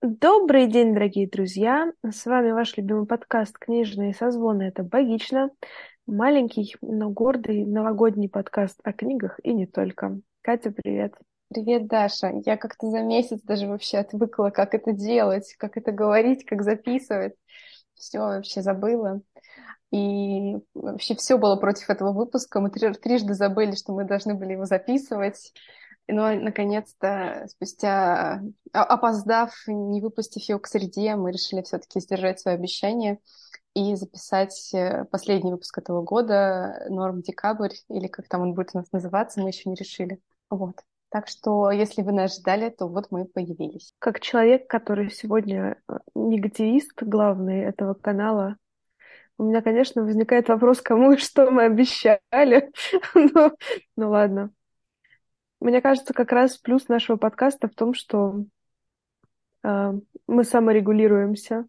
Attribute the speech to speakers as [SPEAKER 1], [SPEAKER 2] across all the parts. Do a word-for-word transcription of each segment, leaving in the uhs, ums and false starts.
[SPEAKER 1] Добрый день, дорогие друзья! С вами ваш любимый подкаст «Книжные созвоны». Это «Богично». Маленький, но гордый новогодний подкаст о книгах и не только. Катя, привет!
[SPEAKER 2] Привет, Даша. Я как-то за месяц даже вообще отвыкла, как это делать, как это говорить, как записывать. Все вообще забыла. И вообще все было против этого выпуска. Мы три- трижды забыли, что мы должны были его записывать. Но, наконец-то, спустя а- опоздав, не выпустив его к среде, мы решили все-таки сдержать свое обещание и записать э, последний выпуск этого года, Норм Декабрь, или как там он будет у нас называться, мы еще не решили. Вот. Так что, если вы нас ждали, то вот мы появились.
[SPEAKER 1] Как человек, который сегодня э, негативист главный этого канала, у меня, конечно, возникает вопрос, кому и что мы обещали. Но, ну ладно. Мне кажется, как раз плюс нашего подкаста в том, что э, мы саморегулируемся.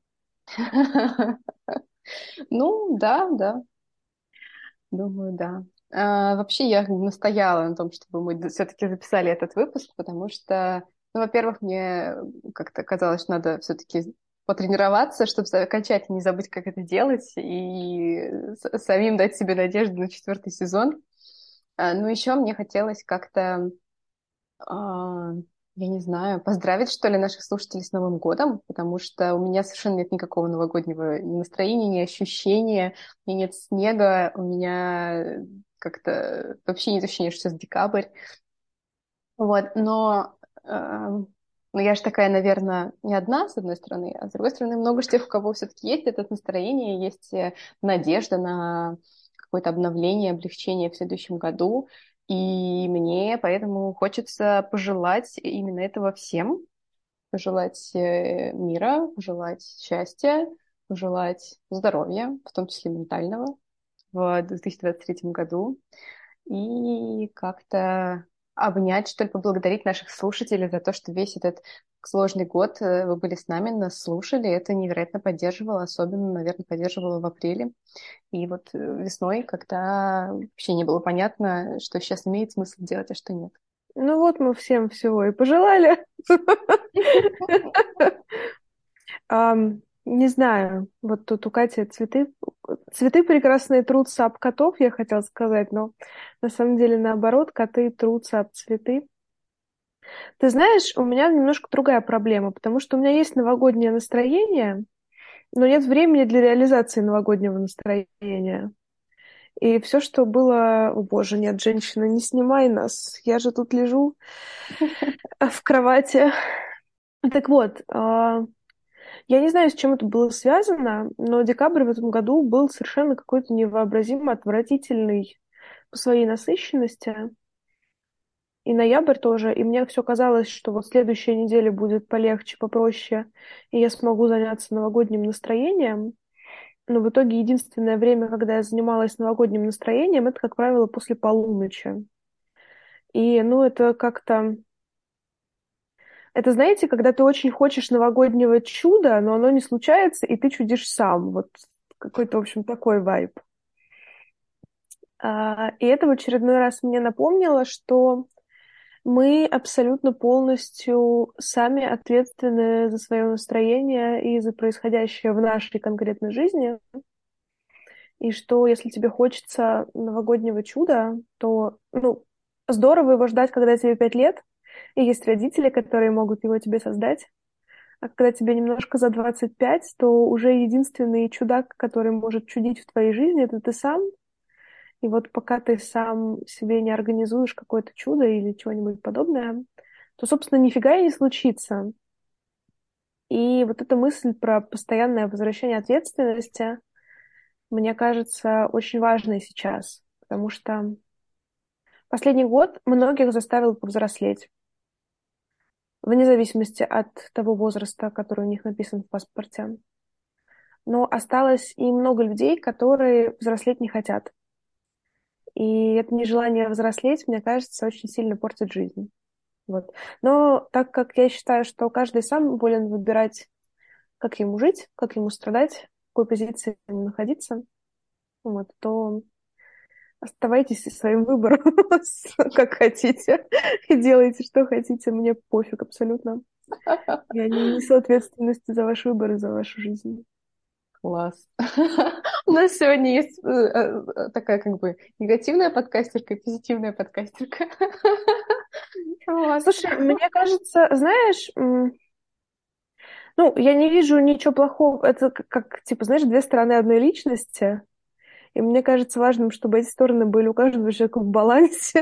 [SPEAKER 2] Ну, да, да, думаю, да. А, вообще, я настояла на том, чтобы мы все-таки записали этот выпуск, потому что, ну, во-первых, мне как-то казалось, что надо все-таки потренироваться, чтобы окончательно не забыть, как это делать, и с- самим дать себе надежду на четвертый сезон. А, ну, еще мне хотелось как-то а, я не знаю, поздравить, что ли, наших слушателей с Новым годом, потому что у меня совершенно нет никакого новогоднего ни настроения, ни ощущения, у меня нет снега, у меня как-то вообще нет ощущения, что сейчас декабрь. Вот, но, э, но я же такая, наверное, не одна, с одной стороны, а с другой стороны, много же тех, у кого все-таки есть это настроение, есть э, надежда на какое-то обновление, облегчение в следующем году. И мне поэтому хочется пожелать именно этого всем. Пожелать э, мира, пожелать счастья, пожелать здоровья, в том числе ментального, в две тысячи двадцать третьем году и как-то обнять, что ли, поблагодарить наших слушателей за то, что весь этот сложный год э, вы были с нами, нас слушали. Это невероятно поддерживало, особенно, наверное, поддерживало в апреле. И вот э, весной, когда вообще не было понятно, что сейчас имеет смысл делать, а что нет.
[SPEAKER 1] Ну вот мы всем всего и пожелали. Ам, не знаю, вот тут у Кати цветы, цветы прекрасные трутся об котов, я хотела сказать, но на самом деле наоборот, коты трутся об цветы. Ты знаешь, у меня немножко другая проблема, потому что у меня есть новогоднее настроение, но нет времени для реализации новогоднего настроения. И все, что было... О боже, нет, женщина, не снимай нас. Я же тут лежу а, в кровати. Так вот, а, я не знаю, с чем это было связано, но декабрь в этом году был совершенно какой-то невообразимо отвратительный по своей насыщенности. И ноябрь тоже. И мне все казалось, что вот следующая неделя будет полегче, попроще, и я смогу заняться новогодним настроением. Но в итоге единственное время, когда я занималась новогодним настроением, это, как правило, после полуночи. И, ну, это как-то... Это, знаете, когда ты очень хочешь новогоднего чуда, но оно не случается, и ты чудишь сам. Вот какой-то, в общем, такой вайб. А, И это в очередной раз мне напомнило, что мы абсолютно полностью сами ответственны за свое настроение и за происходящее в нашей конкретной жизни. И что если тебе хочется новогоднего чуда, то, ну, здорово его ждать, когда тебе пять лет, и есть родители, которые могут его тебе создать. А когда тебе немножко за двадцать пять, то уже единственный чудак, который может чудить в твоей жизни, это ты сам. И вот пока ты сам себе не организуешь какое-то чудо или чего-нибудь подобное, то, собственно, нифига и не случится. И вот эта мысль про постоянное возвращение ответственности, мне кажется, очень важной сейчас, потому что последний год многих заставил повзрослеть, вне зависимости от того возраста, который у них написан в паспорте. Но осталось и много людей, которые взрослеть не хотят. И это нежелание взрослеть, мне кажется, очень сильно портит жизнь. Вот. Но так как я считаю, что каждый сам волен выбирать, как ему жить, как ему страдать, в какой позиции ему находиться, вот, то оставайтесь со своим выбором, как хотите, и делайте, что хотите, мне пофиг абсолютно. Я не несу ответственности за ваш выбор и за вашу жизнь.
[SPEAKER 2] Класс. У нас сегодня есть э, э, такая как бы негативная подкастерка и позитивная подкастерка. Вот.
[SPEAKER 1] Слушай, мне кажется, знаешь, м, ну, я не вижу ничего плохого. Это как, как, типа, знаешь, две стороны одной личности. И мне кажется важным, чтобы эти стороны были у каждого человека в балансе.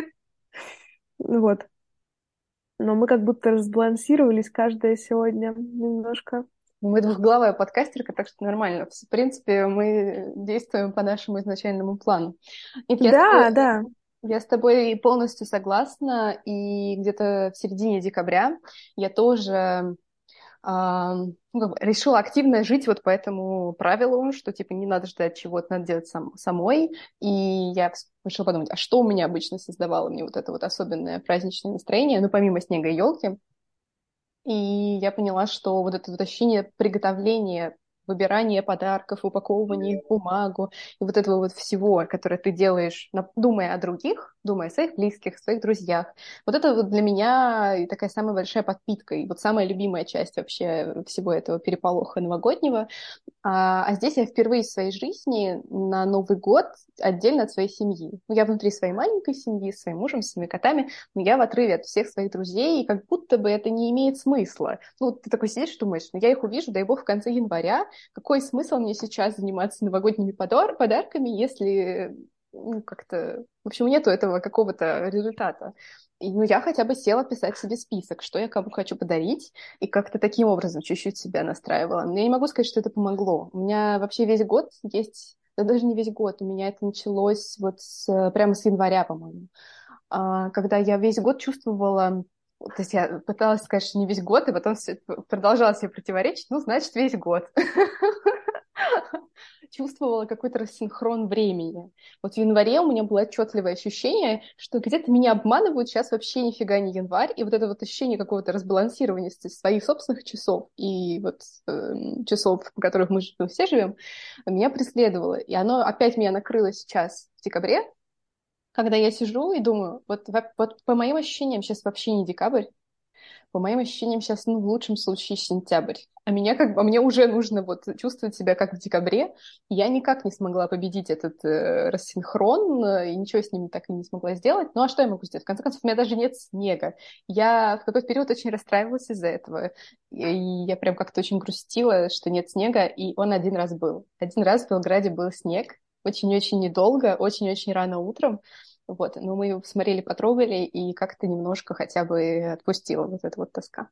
[SPEAKER 1] Вот. Но мы как будто разбалансировались каждая сегодня немножко.
[SPEAKER 2] Мы двухглавая подкастерка, так что нормально. В принципе, мы действуем по нашему изначальному плану. Нет, я с тобой,
[SPEAKER 1] Да, да.
[SPEAKER 2] я с тобой полностью согласна. И где-то в середине декабря я тоже а, ну, как бы решила активно жить вот по этому правилу, что типа не надо ждать чего-то, надо делать сам, самой. И я решила подумать, а что у меня обычно создавало мне вот это вот особенное праздничное настроение, ну, помимо снега и елки. И я поняла, что вот это вот ощущение приготовления, выбирания подарков, упаковывания их в бумагу и вот этого вот всего, которое ты делаешь, на- думая о других, думая о своих близких, своих друзьях, вот это вот для меня и такая самая большая подпитка и вот самая любимая часть вообще всего этого переполоха новогоднего. А, а здесь я впервые в своей жизни на Новый год отдельно от своей семьи. Ну, я внутри своей маленькой семьи, с своим мужем, с своими котами, но я в отрыве от всех своих друзей, и как будто бы это не имеет смысла. Ну, ты такой сидишь и думаешь, ну, я их увижу, дай бог, в конце января. Какой смысл мне сейчас заниматься новогодними подар- подарками, если ну, как-то... В общем, нету этого какого-то результата. И, ну, я хотя бы села писать себе список, что я кому хочу подарить, и как-то таким образом чуть-чуть себя настраивала. Но я не могу сказать, что это помогло. У меня вообще весь год есть... Да даже не весь год, у меня это началось вот с, прямо с января, по-моему, а, когда я весь год чувствовала... То есть я пыталась сказать, что не весь год, и потом все, продолжала себе противоречить, ну, значит, весь год. Чувствовала какой-то рассинхрон времени. Вот в январе у меня было отчетливое ощущение, что где-то меня обманывают, сейчас вообще нифига не январь, и вот это вот ощущение какого-то разбалансированности своих собственных часов и вот э, часов, в которых мы, мы все живем, меня преследовало. И оно опять меня накрыло сейчас в декабре, когда я сижу и думаю, вот, вот по моим ощущениям сейчас вообще не декабрь, по моим ощущениям, сейчас, ну, в лучшем случае, сентябрь. А меня как бы, а мне уже нужно вот чувствовать себя как в декабре. Я никак не смогла победить этот э, рассинхрон, э, и ничего с ним так и не смогла сделать. Ну, а что я могу сделать? В конце концов, у меня даже нет снега. Я в какой-то период очень расстраивалась из-за этого. И я прям как-то очень грустила, что нет снега, и он один раз был. Один раз в Белграде был снег, очень-очень недолго, очень-очень рано утром. Вот, но мы его посмотрели, потрогали, и как-то немножко хотя бы отпустила вот эта вот тоска.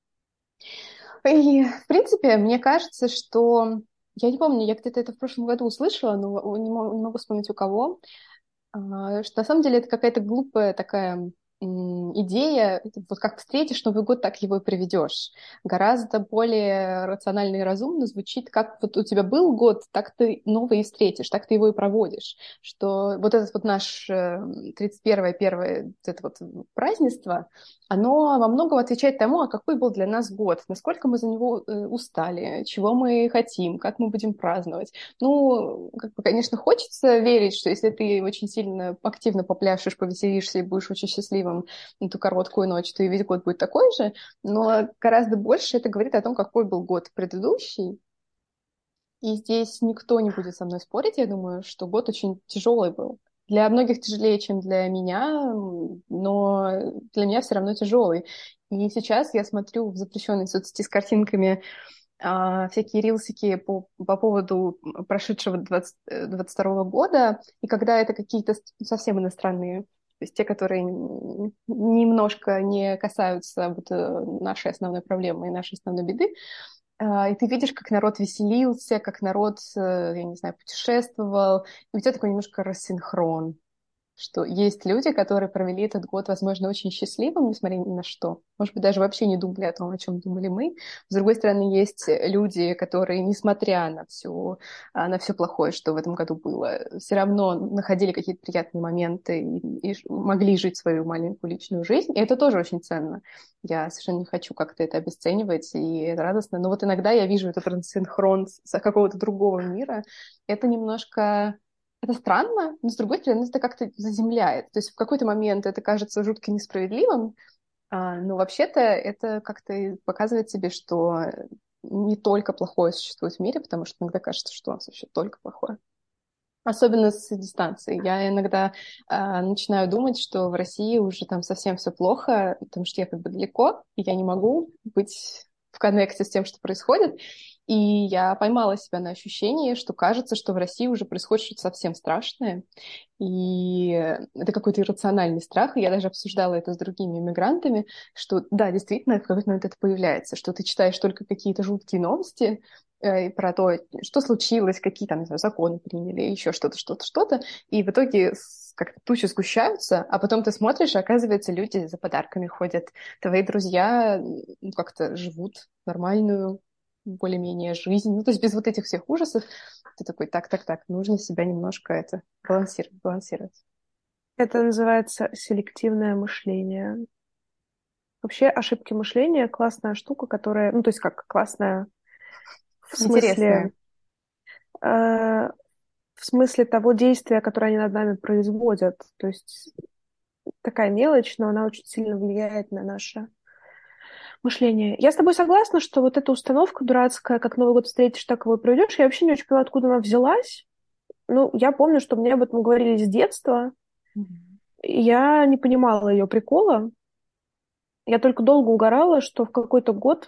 [SPEAKER 2] И, в принципе, мне кажется, что... Я не помню, я где-то это в прошлом году услышала, но не могу, не могу вспомнить у кого, а, что на самом деле это какая-то глупая такая м, идея, это вот как встретишь Новый год, так его и приведешь. Гораздо более рационально и разумно звучит, как вот у тебя был год, так ты новый и встретишь, так ты его и проводишь. Что вот этот вот наш э, тридцать первое, первое вот это вот празднество, оно во многом отвечает тому, а какой был для нас год, насколько мы за него э, устали, чего мы хотим, как мы будем праздновать. Ну, как бы, конечно, хочется верить, что если ты очень сильно активно попляшешь, повеселишься и будешь очень счастливым эту короткую ночь, то и весь год будет такой же, но гораздо больше это говорит о том, какой был год предыдущий. И здесь никто не будет со мной спорить, я думаю, что год очень тяжелый был. Для многих тяжелее, чем для меня, но для меня все равно тяжелый. И сейчас я смотрю в запрещенной соцсети с картинками а, всякие рилсики по, по поводу прошедшего двадцать, двадцать второго года, и когда это какие-то совсем иностранные, то есть те, которые н- немножко не касаются вот, э, нашей основной проблемы и нашей основной беды, а, и ты видишь, как народ веселился, как народ, э, я не знаю, путешествовал, и у тебя такой немножко рассинхрон, что есть люди, которые провели этот год, возможно, очень счастливым, несмотря ни на что. Может быть, даже вообще не думали о том, о чем думали мы. С другой стороны, есть люди, которые, несмотря на все, на все плохое, что в этом году было, все равно находили какие-то приятные моменты и, и могли жить свою маленькую личную жизнь. И это тоже очень ценно. Я совершенно не хочу как-то это обесценивать, и это радостно. Но вот иногда я вижу этот синхрон с какого-то другого мира. Это немножко это странно, но, с другой стороны, это как-то заземляет. То есть в какой-то момент это кажется жутко несправедливым, А, ну, вообще-то это как-то и показывает тебе, что не только плохое существует в мире, потому что иногда кажется, что у нас вообще только плохое. Особенно с дистанции. Я иногда а, начинаю думать, что в России уже там совсем все плохо, потому что я как бы далеко, и я не могу быть в коннекте с тем, что происходит. И я поймала себя на ощущении, что кажется, что в России уже происходит что-то совсем страшное. И это какой-то иррациональный страх. И я даже обсуждала это с другими иммигрантами, что да, действительно, в какой-то момент это появляется, что ты читаешь только какие-то жуткие новости, э, про то, что случилось, какие там, не знаю, законы приняли, еще что-то, что-то, что-то, и в итоге с- как-то тучи сгущаются, а потом ты смотришь, и оказывается, люди за подарками ходят, твои друзья ну, как-то живут нормальную более-менее жизнь, ну, то есть без вот этих всех ужасов, ты такой, так, так, так, нужно себя немножко это балансировать, балансировать.
[SPEAKER 1] Это называется селективное мышление. Вообще ошибки мышления — классная штука, которая, ну, то есть как классная в смысле,
[SPEAKER 2] Интересное.
[SPEAKER 1] э, в смысле того действия, которое они над нами производят. То есть такая мелочь, но она очень сильно влияет на наше мышление. Я с тобой согласна, что вот эта установка дурацкая, как Новый год встретишь, так его и проведешь, я вообще не очень понимаю, откуда она взялась. Ну, я помню, что мне об этом говорили с детства,
[SPEAKER 2] Мгм.
[SPEAKER 1] и я не понимала ее прикола. Я только долго угорала, что в какой-то год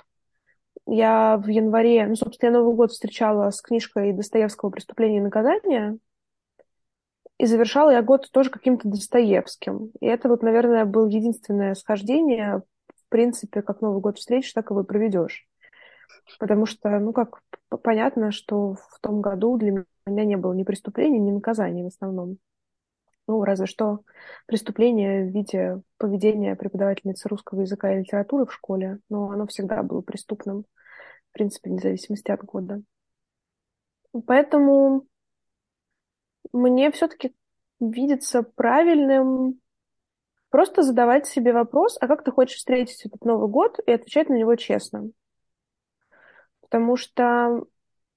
[SPEAKER 1] я в январе, ну, собственно, я Новый год встречала с книжкой Достоевского «Преступление и наказание», и завершала я год тоже каким-то Достоевским. И это вот, наверное, было единственное схождение, в принципе, как Новый год встретишь, так его и проведешь. Потому что, ну, как п- понятно, что в том году для меня не было ни преступлений, ни наказаний в основном. Ну, разве что преступление в виде поведения преподавательницы русского языка и литературы в школе, но оно всегда было преступным, в принципе, вне зависимости от года. Поэтому мне все-таки видится правильным просто задавать себе вопрос, а как ты хочешь встретить этот Новый год, и отвечать на него честно. Потому что,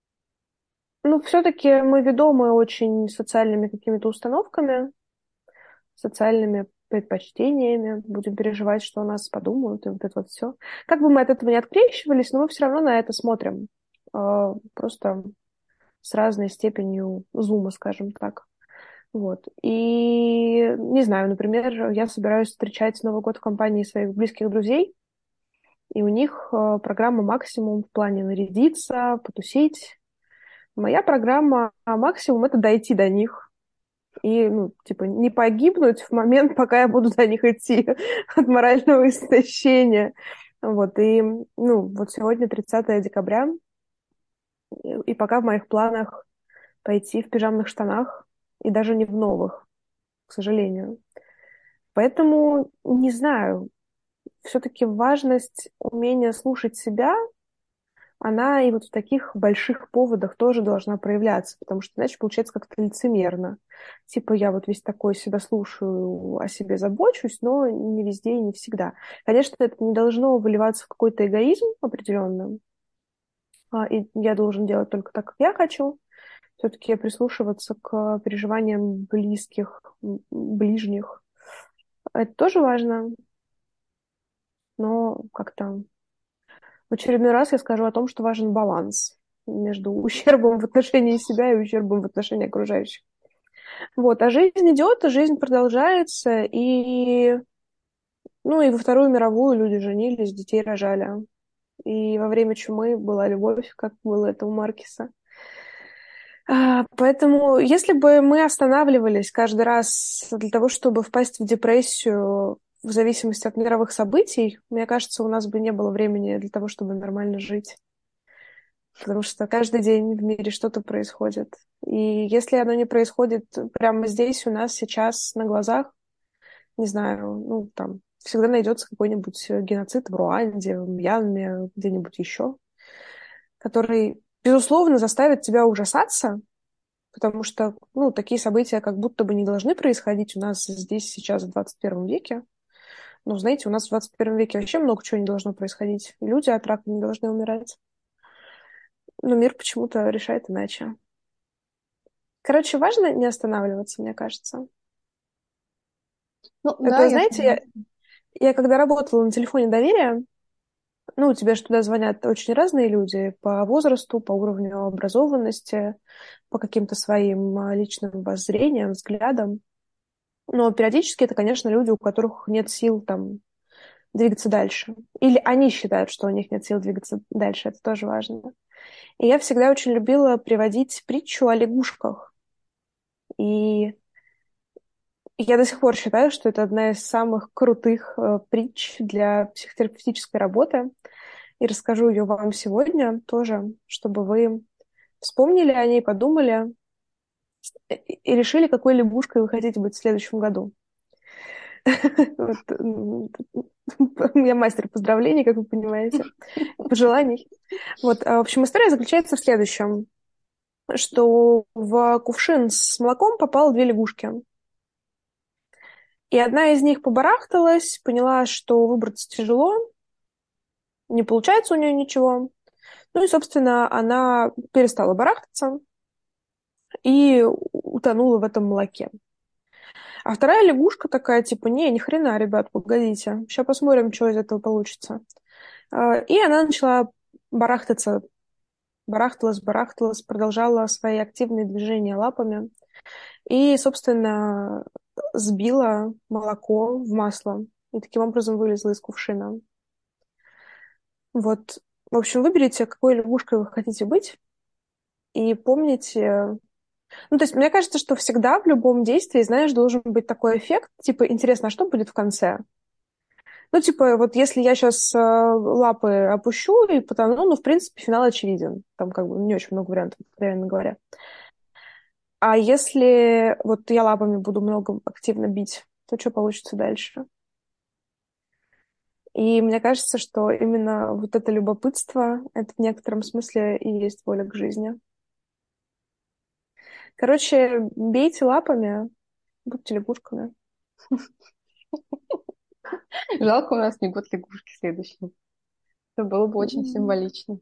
[SPEAKER 1] ну, все-таки мы ведомы очень социальными какими-то установками, социальными предпочтениями, будем переживать, что о нас подумают, и вот это вот все. Как бы мы от этого не открещивались, но мы все равно на это смотрим. Э, Просто с разной степенью зума, скажем так. Вот. И не знаю, например, я собираюсь встречать Новый год в компании своих близких друзей, и у них э, программа максимум в плане нарядиться, потусить. Моя программа максимум — это дойти до них и, ну, типа, не погибнуть в момент, пока я буду до них идти от морального истощения. Вот, и, ну, вот сегодня тридцатое декабря, и пока в моих планах пойти в пижамных штанах, и даже не в новых, к сожалению. Поэтому, не знаю, все-таки важность умения слушать себя, она и вот в таких больших поводах тоже должна проявляться, потому что иначе получается как-то лицемерно. Типа я вот весь такой себя слушаю, о себе забочусь, но не везде и не всегда. Конечно, это не должно выливаться в какой-то эгоизм определенный, а, и я должен делать только так, как я хочу. Все-таки прислушиваться к переживаниям близких, м, ближних. Это тоже важно, но как-то в очередной раз я скажу о том, что важен баланс между ущербом в отношении себя и ущербом в отношении окружающих. Вот, а жизнь идет, а жизнь продолжается, и, ну, и во Вторую мировую люди женились, детей рожали. И во время чумы была любовь, как было это у Маркиса. А, Поэтому, если бы мы останавливались каждый раз для того, чтобы впасть в депрессию в зависимости от мировых событий, мне кажется, у нас бы не было времени для того, чтобы нормально жить. Потому что каждый день в мире что-то происходит. И если оно не происходит прямо здесь, у нас сейчас на глазах, не знаю, ну, там, всегда найдется какой-нибудь геноцид в Руанде, в Мьянме, где-нибудь еще, который, безусловно, заставит тебя ужасаться, потому что, ну, такие события как будто бы не должны происходить у нас здесь сейчас в двадцать первом веке. Ну, знаете, у нас в двадцать первом веке вообще много чего не должно происходить. Люди от рака не должны умирать. Но мир почему-то решает иначе. Короче, важно не останавливаться, мне кажется.
[SPEAKER 2] Ну да,
[SPEAKER 1] Это,
[SPEAKER 2] я
[SPEAKER 1] знаете, я,
[SPEAKER 2] согласна.
[SPEAKER 1] Я когда работала на телефоне доверия, ну, тебе же туда звонят очень разные люди по возрасту, по уровню образованности, по каким-то своим а, личным воззрениям, взглядам. Но периодически это, конечно, люди, у которых нет сил там двигаться дальше. Или они считают, что у них нет сил двигаться дальше. Это тоже важно. И я всегда очень любила приводить притчу о лягушках. И я до сих пор считаю, что это одна из самых крутых э, притч для психотерапевтической работы. И расскажу ее вам сегодня тоже, чтобы вы вспомнили о ней, подумали и и решили, какой лягушкой вы хотите быть в следующем году. Вот, м, Я мастер поздравлений, как вы понимаете, пожеланий. Вот, а, в общем, история заключается в следующем, что в кувшин с молоком попало две лягушки. И одна из них побарахталась, поняла, что выбраться тяжело, не получается у нее ничего. Ну и, собственно, она перестала барахтаться и утонула в этом молоке. А вторая лягушка такая, типа, не, ни хрена, ребят, погодите, сейчас посмотрим, что из этого получится. А, И она начала барахтаться, барахталась, барахталась, продолжала свои активные движения лапами и, собственно, сбила молоко в масло и таким образом вылезла из кувшина. Вот, в общем, выберите, какой лягушкой вы хотите быть, и помните. Ну, то есть, мне кажется, что всегда в любом действии, знаешь, должен быть такой эффект, типа, интересно, а что будет в конце? Ну, типа, вот если я сейчас лапы опущу и потону, ну, в принципе, финал очевиден. Там как бы не очень много вариантов, откровенно говоря. А если вот я лапами буду много активно бить, то что получится дальше? И мне кажется, что именно вот это любопытство, это в некотором смысле и есть воля к жизни. Короче, бейте лапами, будьте лягушками.
[SPEAKER 2] Жалко, у нас не год лягушки следующий. Это было бы очень
[SPEAKER 1] М,
[SPEAKER 2] символично.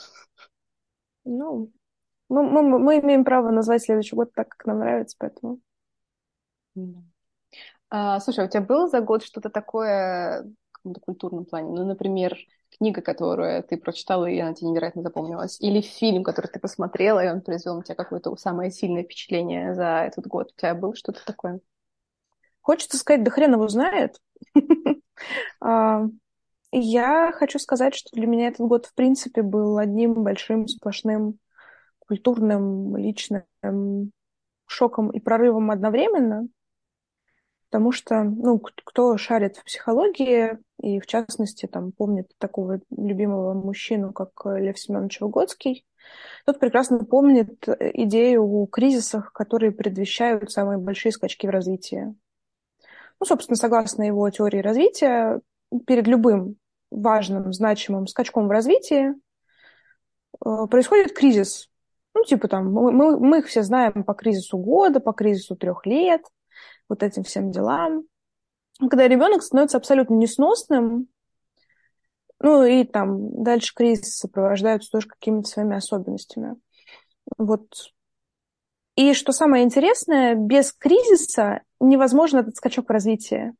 [SPEAKER 1] Ну, мы, мы, мы имеем право назвать следующий год так, как нам нравится, поэтому...
[SPEAKER 2] Да. А, слушай, а у тебя было за год что-то такое в каком-то культурном плане? Ну, например, книга, которую ты прочитала, и она тебе невероятно запомнилась. Или фильм, который ты посмотрела, и он произвел на тебя какое-то самое сильное впечатление за этот год. У тебя было что-то такое?
[SPEAKER 1] Хочется сказать, да хрен его знает. А, Я хочу сказать, что для меня этот год, в принципе, был одним большим сплошным культурным, личным шоком и прорывом одновременно, потому что, ну, к- кто шарит в психологии и, в частности, там, помнит такого любимого мужчину, как э, Лев Семенович Выгодский, тот прекрасно помнит э, идею о кризисах, которые предвещают самые большие скачки в развитии. Ну, собственно, согласно его теории развития, перед любым важным, значимым скачком в развитии э, происходит кризис. Ну, типа там, мы, мы, мы их все знаем по кризису года, по кризису трех лет, вот этим всем делам. Когда ребенок становится абсолютно несносным, ну и там дальше кризисы сопровождаются тоже какими-то своими особенностями. Вот. И что самое интересное, без кризиса невозможен этот скачок в развитии.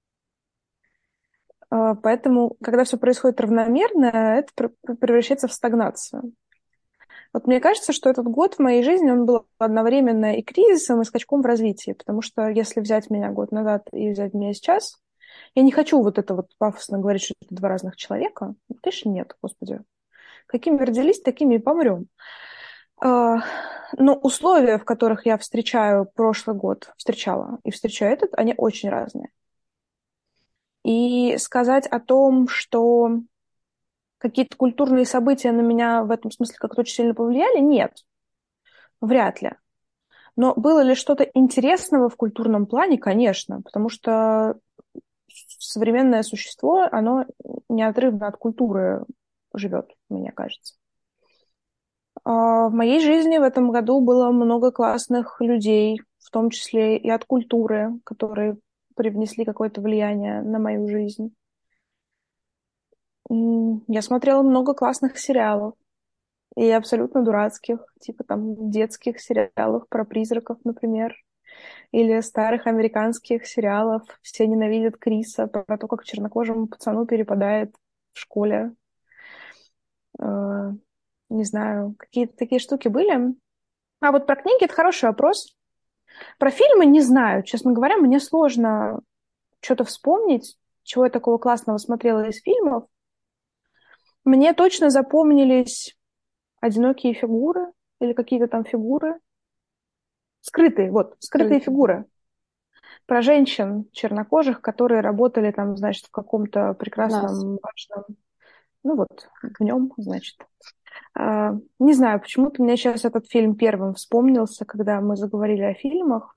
[SPEAKER 1] А, Поэтому, когда все происходит равномерно, это пр- превращается в стагнацию. Вот мне кажется, что этот год в моей жизни, он был одновременно и кризисом, и скачком в развитии, потому что если взять меня год назад и взять меня сейчас, я не хочу вот это вот пафосно говорить, что это два разных человека. Ну, конечно, нет, господи. Какими родились, такими и помрем. А, Но условия, в которых я встречаю прошлый год, встречала и встречаю этот, они очень разные. И сказать о том, что какие-то культурные события на меня в этом смысле как-то очень сильно повлияли, нет, вряд ли. Но было ли что-то интересного в культурном плане? Конечно, потому что современное существо, оно неотрывно от культуры живет, мне кажется. А в моей жизни в этом году было много классных людей, в том числе и от культуры, которые привнесли какое-то влияние на мою жизнь. М, Я смотрела много классных сериалов, и абсолютно дурацких, типа там детских сериалов про призраков, например. или старых американских сериалов «Все ненавидят Криса», про то, как чернокожему пацану перепадает в школе. Э, Не знаю, какие-то такие штуки были. А вот про книги — это хороший вопрос. Про фильмы не знаю. Честно говоря, мне сложно что-то вспомнить, чего я такого классного смотрела из фильмов. Мне точно запомнились «Одинокие фигуры» или какие-то там фигуры. Скрытые, вот, скрытые
[SPEAKER 2] Скрытый, да.
[SPEAKER 1] фигуры. Про женщин чернокожих, которые работали там, значит, в каком-то
[SPEAKER 2] В нас.
[SPEAKER 1] прекрасном, важном, ну вот, в нем, значит. А, не знаю, почему-то мне сейчас этот фильм первым вспомнился, когда мы заговорили о фильмах,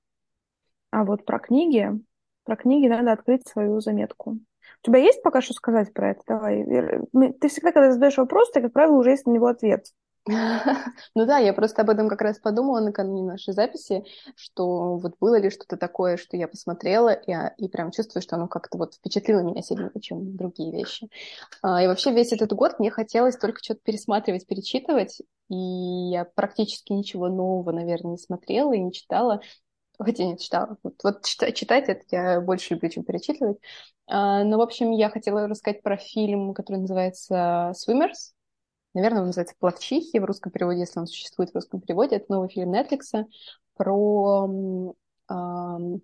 [SPEAKER 1] а вот про книги, про книги надо открыть свою заметку. У тебя есть пока что сказать про это? Давай. Вера. Мы- Ты всегда, когда задаешь вопрос, ты, как правило, уже есть на него ответ.
[SPEAKER 2] Ну да, я просто об этом как раз подумала накануне нашей записи, что вот было ли что-то такое, что я посмотрела, и, а, и прям чувствую, что оно как-то вот впечатлило меня сильнее, чем другие вещи. А, И вообще весь этот год мне хотелось только что-то пересматривать, перечитывать, и я практически ничего нового, наверное, не смотрела и не читала. Хотя не читала. Вот, вот чита- читать это я больше люблю, чем перечитывать. А, Ну, в общем, я хотела рассказать про фильм, который называется «Swimmers». Наверное, он называется «Пловчихи» в русском переводе, если он существует в русском переводе. Это новый фильм Netflix про м, ам,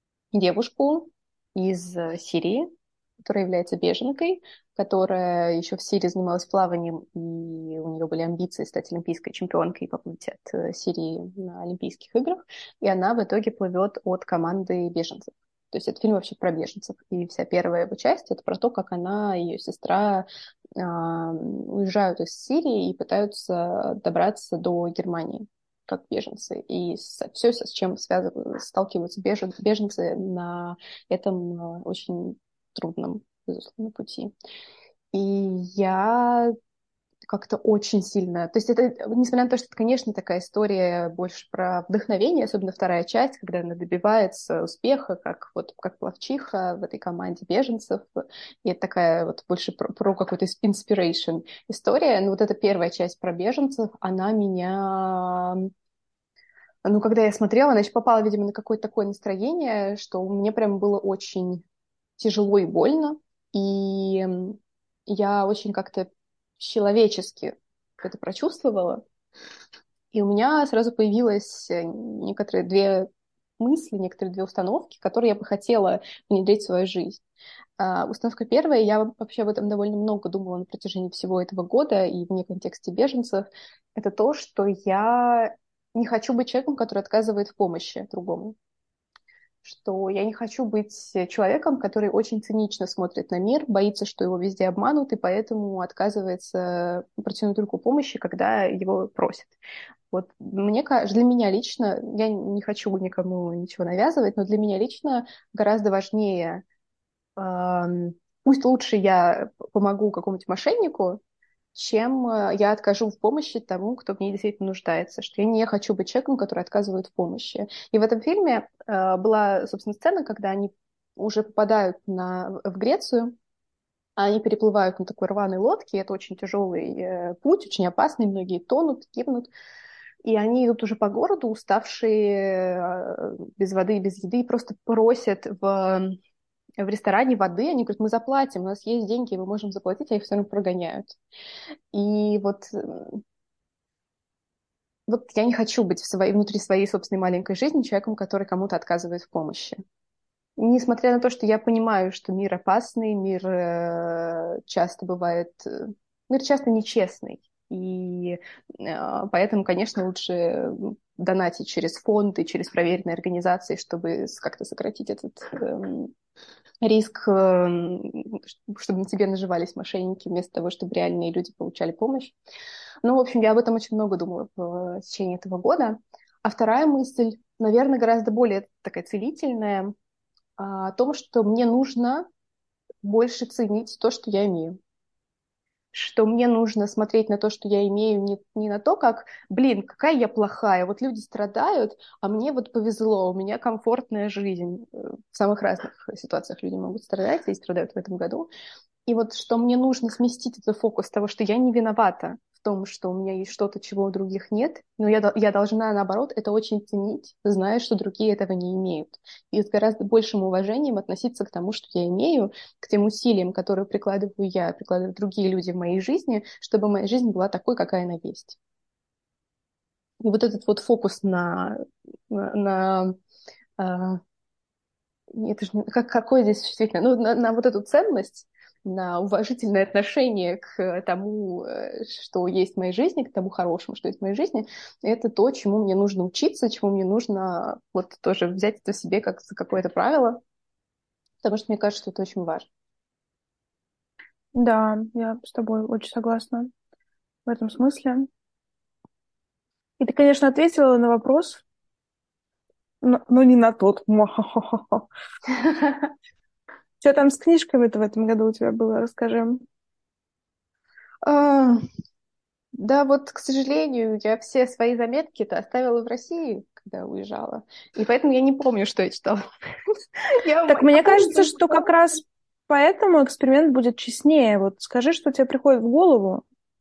[SPEAKER 2] девушку из э, Сирии, которая является беженкой, которая еще в Сирии занималась плаванием, и у нее были амбиции стать олимпийской чемпионкой и поплыть от э, Сирии на Олимпийских играх. И она в итоге плывет от команды беженцев. То есть это фильм вообще про беженцев. И вся первая его часть — это про то, как она и ее сестра а, уезжают из Сирии и пытаются добраться до Германии как беженцы, и все, с чем связывают, сталкиваются бежен, беженцы на этом а, очень трудном, безусловно, пути. И я как-то очень сильно... То есть это, несмотря на то, что это, конечно, такая история больше про вдохновение, особенно вторая часть, когда она добивается успеха, как, вот, как пловчиха в этой команде беженцев, и это такая вот больше про, про какой-то inspiration история. Но вот эта первая часть про беженцев, она меня... Ну, когда я смотрела, она еще попала, видимо, на какое-то такое настроение, что мне прям было очень тяжело и больно, и я очень как-то человечески это прочувствовала, и у меня сразу появилось э, некоторые две мысли, некоторые две установки, которые я бы хотела внедрить в свою жизнь. А, установка первая, я вообще об этом довольно много думала на протяжении всего этого года и вне контексте беженцев, это то, что я не хочу быть человеком, который отказывает в помощи другому. Что я не хочу быть человеком, который очень цинично смотрит на мир, боится, что его везде обманут, и поэтому отказывается протянуть руку помощи, когда его просят. Вот мне кажется, для меня лично, я не хочу никому ничего навязывать, но для меня лично гораздо важнее, эм, пусть лучше я помогу какому-нибудь мошеннику, чем э, я откажу в помощи тому, кто в ней действительно нуждается, что я не хочу быть человеком, который отказывает в помощи. И в этом фильме э, была, собственно, сцена, когда они уже попадают на, в Грецию, а они переплывают на такой рваной лодке, это очень тяжелый э, путь, очень опасный, многие тонут, гибнут, и они идут уже по городу, уставшие, э, без воды, без еды, и просто просят в в ресторане воды, они говорят, мы заплатим, у нас есть деньги, мы можем заплатить, а их все равно прогоняют. И вот, вот я не хочу быть в своей, внутри своей собственной маленькой жизни человеком, который кому-то отказывает в помощи. Несмотря на то, что я понимаю, что мир опасный, мир э, часто бывает, э, мир часто нечестный. И э, поэтому, конечно, лучше донатить через фонды, через проверенные организации, чтобы как-то сократить этот э, риск, э, чтобы на тебе наживались мошенники, вместо того, чтобы реальные люди получали помощь. Ну, в общем, я об этом очень много думала в течение этого года. А вторая мысль, наверное, гораздо более такая целительная, а, о том, что мне нужно больше ценить то, что я имею. Что мне нужно смотреть на то, что я имею, не, не на то, как, блин, какая я плохая, вот люди страдают, а мне вот повезло, у меня комфортная жизнь. Э, В самых разных ситуациях люди могут страдать и страдают в этом году. И вот что мне нужно сместить этот фокус того, что я не виновата в том, что у меня есть что-то, чего у других нет, но я, я должна, наоборот, это очень ценить, зная, что другие этого не имеют. И с гораздо большим уважением относиться к тому, что я имею, к тем усилиям, которые прикладываю я, прикладывают другие люди в моей жизни, чтобы моя жизнь была такой, какая она есть. И вот этот вот фокус на, на, на а, это же не- как, какой здесь действительно, ну, на, на вот эту ценность, на уважительное отношение к тому, э, что есть в моей жизни, к тому хорошему, что есть в моей жизни, это то, чему мне нужно учиться, чему мне нужно вот тоже взять это себе как за какое-то правило, потому что мне кажется, что это очень важно.
[SPEAKER 1] Да, я с тобой очень согласна в этом смысле. И ты, конечно, ответила на вопрос, но, но не на тот. Муахахахаха. Что там с книжками-то в этом году у тебя было? Расскажи.
[SPEAKER 2] А, Да, вот, к сожалению, я все свои заметки-то оставила в России, когда уезжала. И поэтому я не помню, что я читала. Я,
[SPEAKER 1] Так
[SPEAKER 2] я
[SPEAKER 1] мне
[SPEAKER 2] помню
[SPEAKER 1] кажется,
[SPEAKER 2] только
[SPEAKER 1] что как
[SPEAKER 2] то.
[SPEAKER 1] раз поэтому эксперимент будет честнее. Вот скажи, что тебе приходит в голову.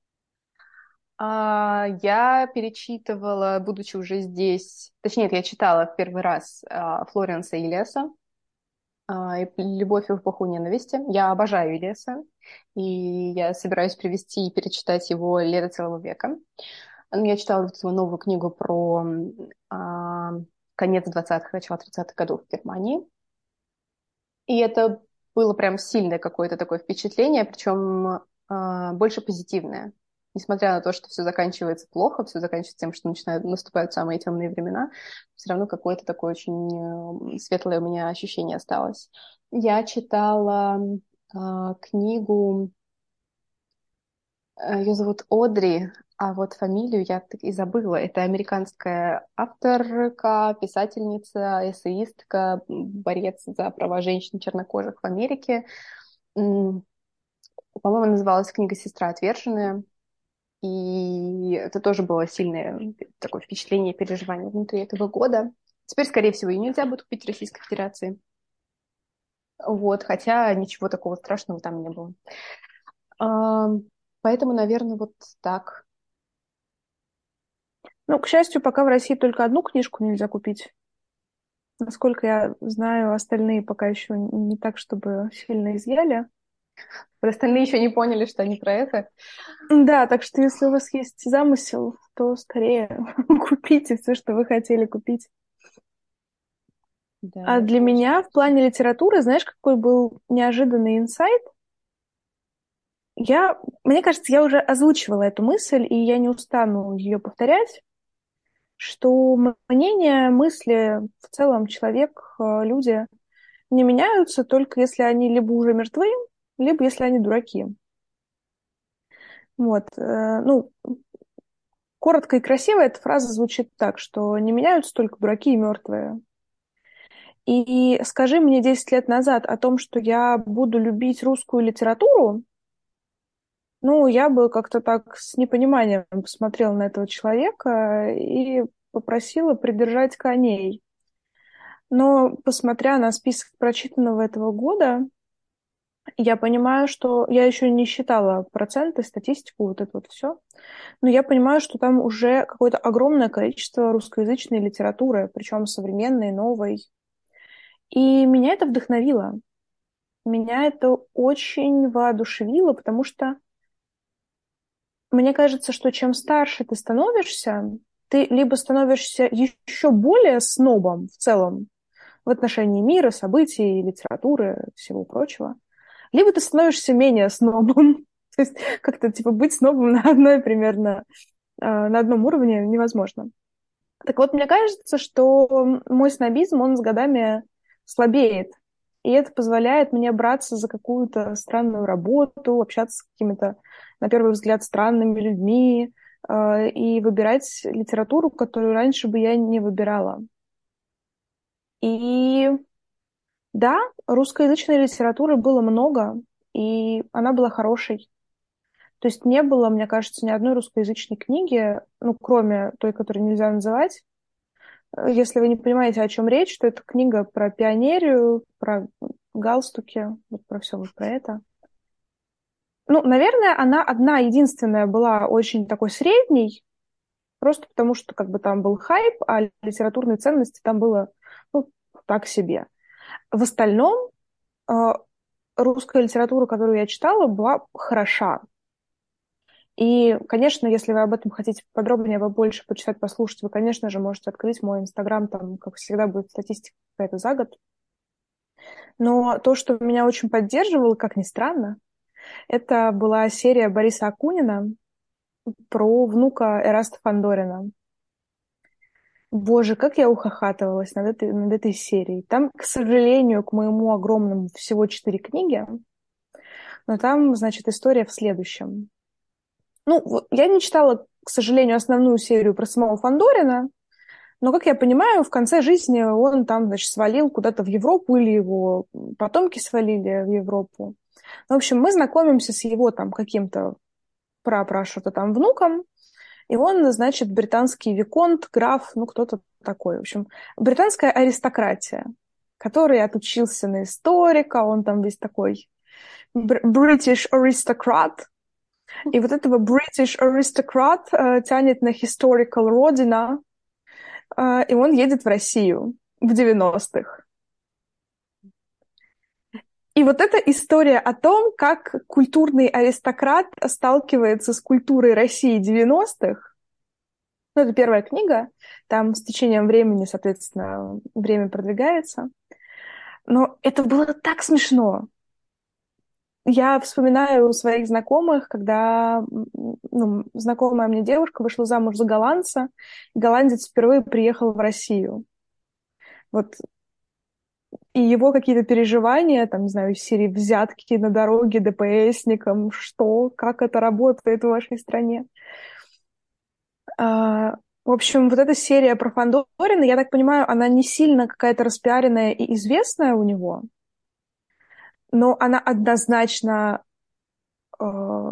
[SPEAKER 2] А, я перечитывала, будучи уже здесь, точнее, я читала в первый раз а, Флоренса Ильеса а, и «Любовь в эпоху ненависти». Я обожаю Ильеса, и я собираюсь привести и перечитать его «Лето целого века». Ну, я читала вот его новую книгу про а, конец двадцатых, начало тридцатых годов в Германии. И это было прям сильное какое-то такое впечатление, причем а, больше позитивное. Несмотря на то, что все заканчивается плохо, все заканчивается тем, что начинают, наступают самые темные времена, все равно какое-то такое очень э, светлое у меня ощущение осталось. Я читала а, книгу, э, ее зовут Одри, а вот фамилию я так и забыла. Это американская авторка, писательница, эссеистка, борец за права женщин чернокожих в Америке. М, По-моему, называлась книга «Сестра отверженная». И это тоже было сильное такое впечатление, переживание внутри этого года. Теперь, скорее всего, и нельзя будет купить в Российской Федерации. Вот, хотя ничего такого страшного там не было. А, Поэтому, наверное, вот так.
[SPEAKER 1] Ну, к счастью, пока в России только одну книжку нельзя купить. Насколько я знаю, остальные пока еще не так, чтобы сильно изъяли.
[SPEAKER 2] Вот остальные еще не поняли, что они про это.
[SPEAKER 1] Да, так что если у вас есть замысел, то скорее купите все, что вы хотели купить.
[SPEAKER 2] Да,
[SPEAKER 1] А
[SPEAKER 2] это
[SPEAKER 1] для
[SPEAKER 2] очень.
[SPEAKER 1] меня в плане литературы, знаешь, какой был неожиданный инсайт? Я, мне кажется, я уже озвучивала эту мысль, и я не устану ее повторять, что мнения, мысли, в целом человек, э, люди не меняются только если они либо уже мертвы, либо если они дураки. Вот. э, Ну, коротко и красиво эта фраза звучит так, что не меняются только дураки и мертвые. И скажи мне десять лет назад о том, что я буду любить русскую литературу, ну, я бы как-то так с непониманием посмотрела на этого человека и попросила придержать коней. Но, посмотря на список прочитанного этого года, я понимаю, что я еще не считала проценты, статистику, вот это вот все, но я понимаю, что там уже какое-то огромное количество русскоязычной литературы, причем современной, новой. И меня это вдохновило. Меня это очень воодушевило, потому что мне кажется, что чем старше ты становишься, ты либо становишься еще более снобом в целом в отношении мира, событий, литературы, всего прочего, либо ты становишься менее снобом. То есть как-то типа быть снобом на одной примерно, э, на одном уровне невозможно. Так вот, мне кажется, что мой снобизм, он с годами слабеет. И это позволяет мне браться за какую-то странную работу, общаться с какими-то, на первый взгляд, странными людьми, э, и выбирать литературу, которую раньше бы я не выбирала. И да, русскоязычной литературы было много, и она была хорошей. То есть не было, мне кажется, ни одной русскоязычной книги, ну, кроме той, которую нельзя называть. Э, Если вы не понимаете, о чем речь, то это книга про пионерию, про галстуки, вот про все вот про это. Ну, наверное, она одна единственная была очень такой средней, просто потому что как бы там был хайп, а литературной ценности там было, ну, так себе. В остальном э, русская литература, которую я читала, была хороша. И, конечно, если вы об этом хотите подробнее, побольше почитать, послушать, вы, конечно же, можете открыть мой Инстаграм, там, как всегда, будет статистика какая-то за год. Но то, что меня очень поддерживало, как ни странно, это была серия Бориса Акунина про внука Эраста Фандорина. Боже, как я ухахатывалась над этой, над этой серией. Там, к сожалению, к моему огромному, всего четыре книги, но там, значит, история в следующем. Ну, вот я не читала, к сожалению, основную серию про самого Фандорина, но, как я понимаю, в конце жизни он там, значит, свалил куда-то в Европу или его потомки свалили в Европу. В общем, мы знакомимся с его там каким-то пра-пра что-то там внуком, и он, значит, британский виконт, граф, ну, кто-то такой. В общем, британская аристократия, который отучился на историка, он там весь такой British aristocrat. И вот этого British aristocrat э, тянет на historical родина, э, и он едет в Россию в девяностых. И вот эта история о том, как культурный аристократ сталкивается с культурой России девяностых, ну, это первая книга, там с течением времени, соответственно, время продвигается. Но это было так смешно. Я вспоминаю своих знакомых, когда ну, знакомая мне девушка вышла замуж за голландца, и голландец впервые приехал в Россию. Вот. И его какие-то переживания, там, не знаю, из серии взятки на дороге ДПСникам, что, как это работает в вашей стране. А, в общем, вот эта серия про Фандорина, я так понимаю, она не сильно какая-то распиаренная и известная у него, но она однозначно, э,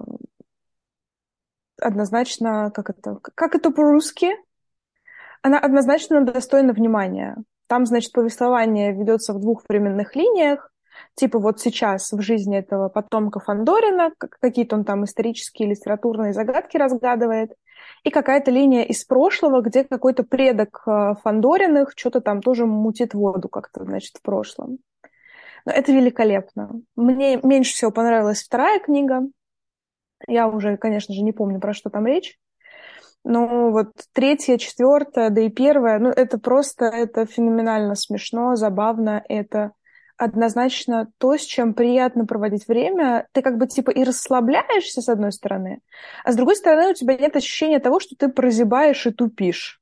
[SPEAKER 1] однозначно, как это, как это по-русски? Она однозначно достойна внимания. Там, значит, повествование ведется в двух временных линиях, типа вот сейчас в жизни этого потомка Фандорина, какие-то он там исторические, литературные загадки разгадывает, и какая-то линия из прошлого, где какой-то предок Фандориных что-то там тоже мутит воду как-то, значит, в прошлом. Но это великолепно. Мне меньше всего понравилась вторая книга. Я уже, конечно же, не помню, про что там речь. Но вот третья, четвертая, да и первая, ну, это просто, это феноменально смешно, забавно, это однозначно то, с чем приятно проводить время. Ты как бы типа и расслабляешься, с одной стороны, а с другой стороны у тебя нет ощущения того, что ты прозябаешь и тупишь.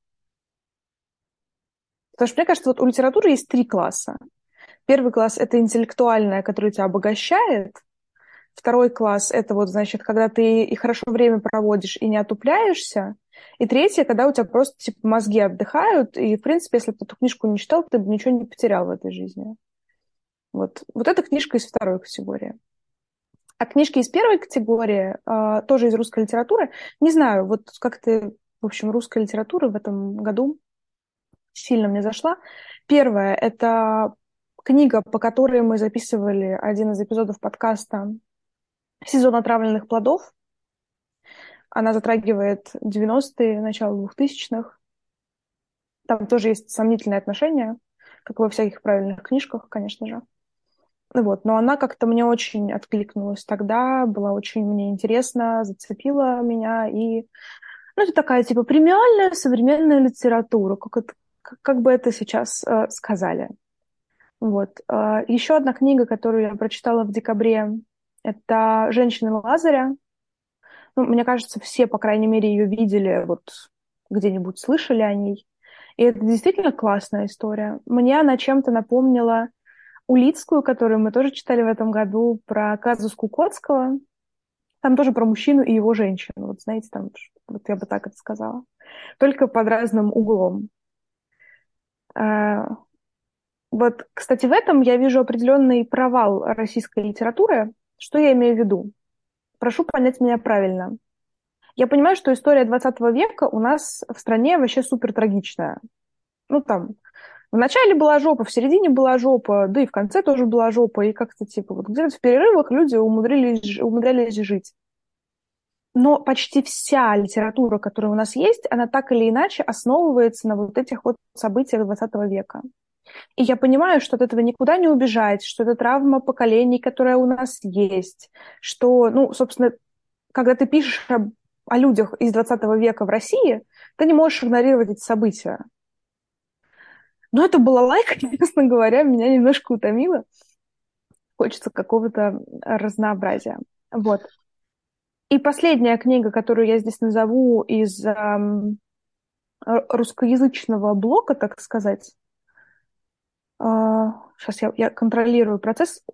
[SPEAKER 1] Потому что, мне кажется, вот у литературы есть три класса. Первый класс — это интеллектуальная, которая тебя обогащает. Второй класс — это вот, значит, когда ты и хорошо время проводишь, и не отупляешься. И третье, когда у тебя просто типа мозги отдыхают, и, в принципе, если бы ты эту книжку не читал, ты бы ничего не потерял в этой жизни. Вот, вот эта книжка из второй категории. А книжки из первой категории, э, тоже из русской литературы, не знаю, вот как-то, в общем, русская литература в этом году сильно мне зашла. Первое — это книга, по которой мы записывали один из эпизодов подкаста «Сезон отравленных плодов». Она затрагивает девяностые, начало двухтысячных. Там тоже есть сомнительные отношения, как и во всяких правильных книжках, конечно же. Вот. Но она как-то мне очень откликнулась тогда, была очень мне интересна, зацепила меня. И ну, это такая типа премиальная современная литература, как, это, как, как бы это сейчас э, сказали. Вот. Э, еще одна книга, которую я прочитала в декабре, это «Женщины Лазаря». Ну, мне кажется, все, по крайней мере, ее видели, вот где-нибудь слышали о ней. И это действительно классная история. Мне она чем-то напомнила Улицкую, которую мы тоже читали в этом году, про казус Кукоцкого. Там тоже про мужчину и его женщину. Вот знаете, там, вот я бы так это сказала. Только под разным углом. Вот, кстати, в этом я вижу определенный провал российской литературы. Что я имею в виду? Прошу понять меня правильно. Я понимаю, что история двадцатого века у нас в стране вообще супер трагичная. Ну, там, В начале была жопа, в середине была жопа, да и в конце тоже была жопа, и как-то типа вот где-то в перерывах люди умудрились, умудрялись жить. Но почти вся литература, которая у нас есть, она так или иначе основывается на вот этих вот событиях двадцатого века. И я понимаю, что от этого никуда не убежать, что это травма поколений, которая у нас есть, что, ну, собственно, когда ты пишешь о, о людях из двадцатого века в России, ты не можешь игнорировать эти события. Но это была лайка, честно говоря, меня немножко утомило. Хочется какого-то разнообразия. Вот. И последняя книга, которую я здесь назову из эм, русскоязычного блока, так сказать. Э, сейчас я, я контролирую процесс.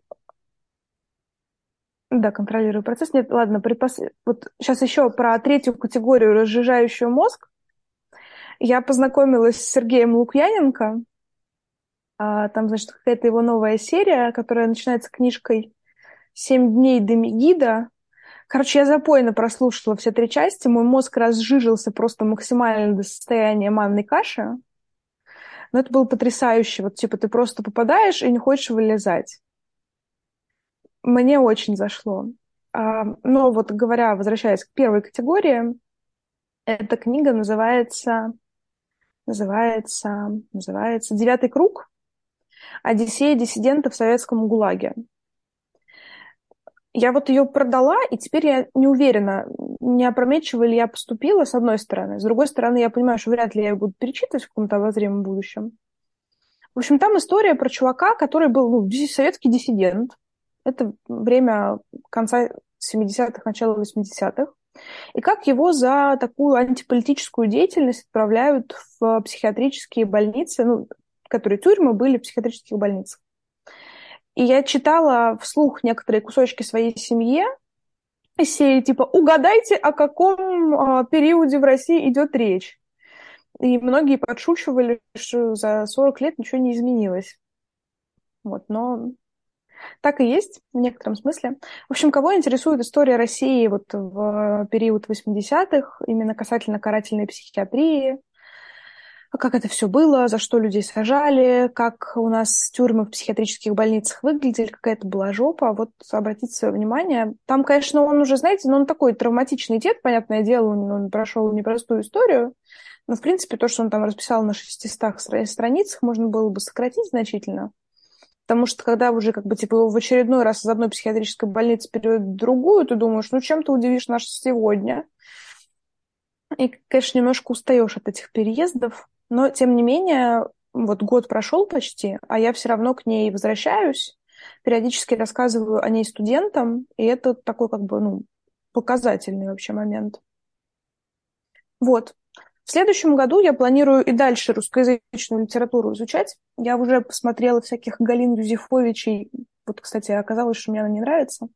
[SPEAKER 1] Да, контролирую процесс. Нет, ладно, предпос... вот сейчас еще про третью категорию разжижающую мозг. Я познакомилась с Сергеем Лукьяненко. А, там, значит, какая-то его новая серия, которая начинается книжкой «Семь дней до Мегида». Короче, я запойно прослушала все три части, мой мозг разжижился просто максимально до состояния манной каши. Но это было потрясающе. Вот, типа, ты просто попадаешь и не хочешь вылезать. Мне очень зашло. А, но вот говоря, возвращаясь к первой категории, эта книга называется, называется, называется «Девятый круг. Одиссея диссидента в советском ГУЛАГе». Я вот ее продала, и теперь я не уверена, не опрометчиво ли я поступила, с одной стороны. С другой стороны, я понимаю, что вряд ли я ее буду перечитывать в каком-то обозримом будущем. В общем, там история про чувака, который был ну, советский диссидент. Это время конца семидесятых, начала восьмидесятых. И как его за такую антиполитическую деятельность отправляют в психиатрические больницы, ну, которые тюрьмы были в психиатрических больницах. И я читала вслух некоторые кусочки своей семьи, из серии типа «Угадайте, о каком а, периоде в России идет речь». И многие подшучивали, что за сорок лет ничего не изменилось. Вот, но так и есть в некотором смысле. В общем, кого интересует история России вот в период восьмидесятых, именно касательно карательной психиатрии, как это все было, за что людей сажали, как у нас тюрьмы в психиатрических больницах выглядели, какая это была жопа. Вот обратите свое внимание. Там, конечно, он уже, знаете, ну, он такой травматичный дед, понятное дело, он, он прошел непростую историю, но, в принципе, то, что он там расписал на шестистах страницах, можно было бы сократить значительно. Потому что когда уже как бы типа его в очередной раз из одной психиатрической больницы переводят в другую, ты думаешь, ну чем ты удивишь нас сегодня? И, конечно, немножко устаешь от этих переездов. Но, тем не менее, вот год прошел почти, а я все равно к ней возвращаюсь, периодически рассказываю о ней студентам, и это такой как бы, ну, показательный вообще момент. Вот. В следующем году я планирую и дальше русскоязычную литературу изучать. Я уже посмотрела всяких Галин Юзефовичей. Вот, кстати, оказалось, что мне она не нравится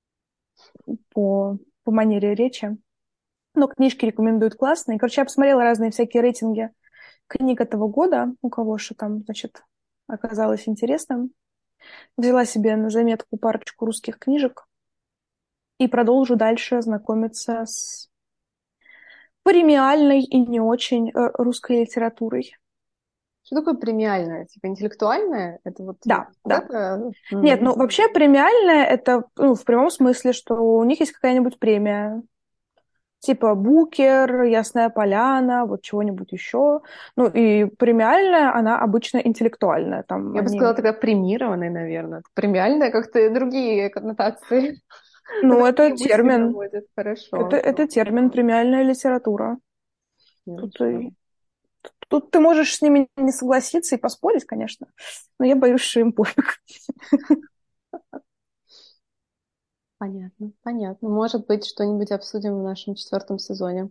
[SPEAKER 1] по, по манере речи. Но книжки рекомендуют классные. Короче, я посмотрела разные всякие рейтинги книг этого года, у кого что там, значит, оказалось интересным. Взяла себе на заметку парочку русских книжек и продолжу дальше знакомиться с премиальной и не очень э, русской литературой.
[SPEAKER 2] Что такое премиальное? Типа интеллектуальное? Это вот,
[SPEAKER 1] Да,
[SPEAKER 2] вот
[SPEAKER 1] да.
[SPEAKER 2] это?
[SPEAKER 1] Нет,
[SPEAKER 2] Mm-hmm.
[SPEAKER 1] ну вообще премиальное это ну, в прямом смысле, что у них есть какая-нибудь премия. Типа Букер, Ясная Поляна, вот чего-нибудь еще. Ну и премиальная, она обычно интеллектуальная. Там
[SPEAKER 2] Я бы
[SPEAKER 1] они...
[SPEAKER 2] сказала тогда премированное, наверное. Премиальное как-то другие коннотации.
[SPEAKER 1] Ну, это
[SPEAKER 2] Другие мысли
[SPEAKER 1] термин.
[SPEAKER 2] наводят. Хорошо.
[SPEAKER 1] Это, это термин премиальная литература. Тут,
[SPEAKER 2] Хорошо.
[SPEAKER 1] и- тут ты можешь с ними не согласиться и поспорить, конечно, но я боюсь, что им пофиг.
[SPEAKER 2] Понятно, понятно. Может быть, что-нибудь обсудим в нашем четвертом сезоне.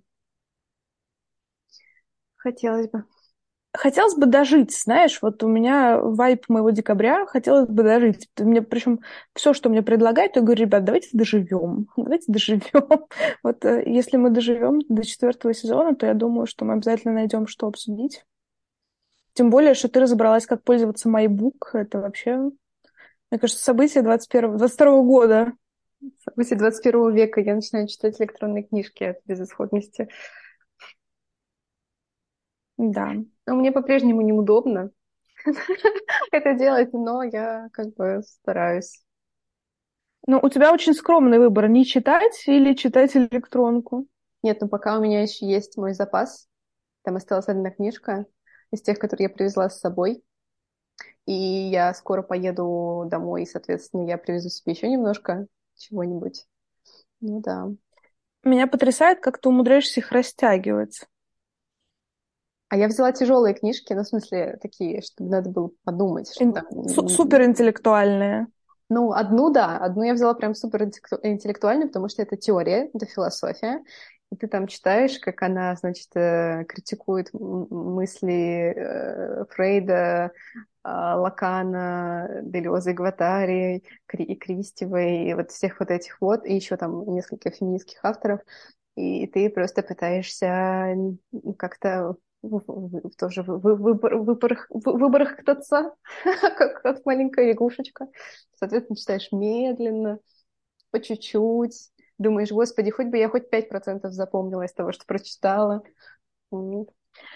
[SPEAKER 2] Хотелось бы.
[SPEAKER 1] Хотелось бы дожить, знаешь, вот у меня вайп моего декабря, хотелось бы дожить. Мне, причем все, что мне предлагают, я говорю, ребят, давайте доживем, давайте доживем. Вот э, если мы доживем до четвертого сезона, то я думаю, что мы обязательно найдем, что обсудить. Тем более, что ты разобралась, как пользоваться MyBook. Это вообще, мне кажется, событие двадцать первого, двадцать второго года.
[SPEAKER 2] События двадцать первого века. Я начинаю читать электронные книжки от безысходности.
[SPEAKER 1] Да.
[SPEAKER 2] Но мне по-прежнему неудобно. это делать, но я как бы стараюсь.
[SPEAKER 1] Ну, у тебя очень скромный выбор. Не читать или читать электронку.
[SPEAKER 2] Нет, ну пока у меня еще есть мой запас. Там осталась одна книжка из тех, которые я привезла с собой. И я скоро поеду домой, и, соответственно, я привезу себе еще немножко чего-нибудь. Ну да.
[SPEAKER 1] Меня потрясает, как ты умудряешься их растягивать.
[SPEAKER 2] А я взяла тяжелые книжки, ну, в смысле, такие, чтобы надо было подумать, что
[SPEAKER 1] Ин-
[SPEAKER 2] там...
[SPEAKER 1] су-
[SPEAKER 2] м,
[SPEAKER 1] Суперинтеллектуальные.
[SPEAKER 2] Ну, одну, да, одну я взяла прям супер интеллектуальную, потому что это теория, это философия. И ты там читаешь, как она, значит, э, критикует м- мысли э, Фрейда, а, Лакана, Делеза и Гваттари, Кри- и Кристевой, и вот всех вот этих вот, и еще там несколько феминистских авторов. И ты просто пытаешься м, как-то в- в- в- тоже в вы- выбор- выборах, в- выборахтаться, как, как маленькая лягушечка. Соответственно, читаешь медленно, по чуть-чуть. Думаешь, господи, хоть бы я хоть пять процентов запомнила из того, что прочитала. Вот.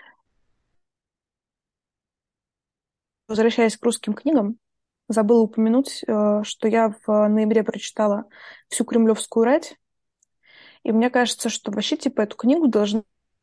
[SPEAKER 1] Возвращаясь к русским книгам, забыла упомянуть, э, что я в ноябре прочитала всю «Кремлевскую рать», и мне кажется, что вообще, типа, эту книгу должны...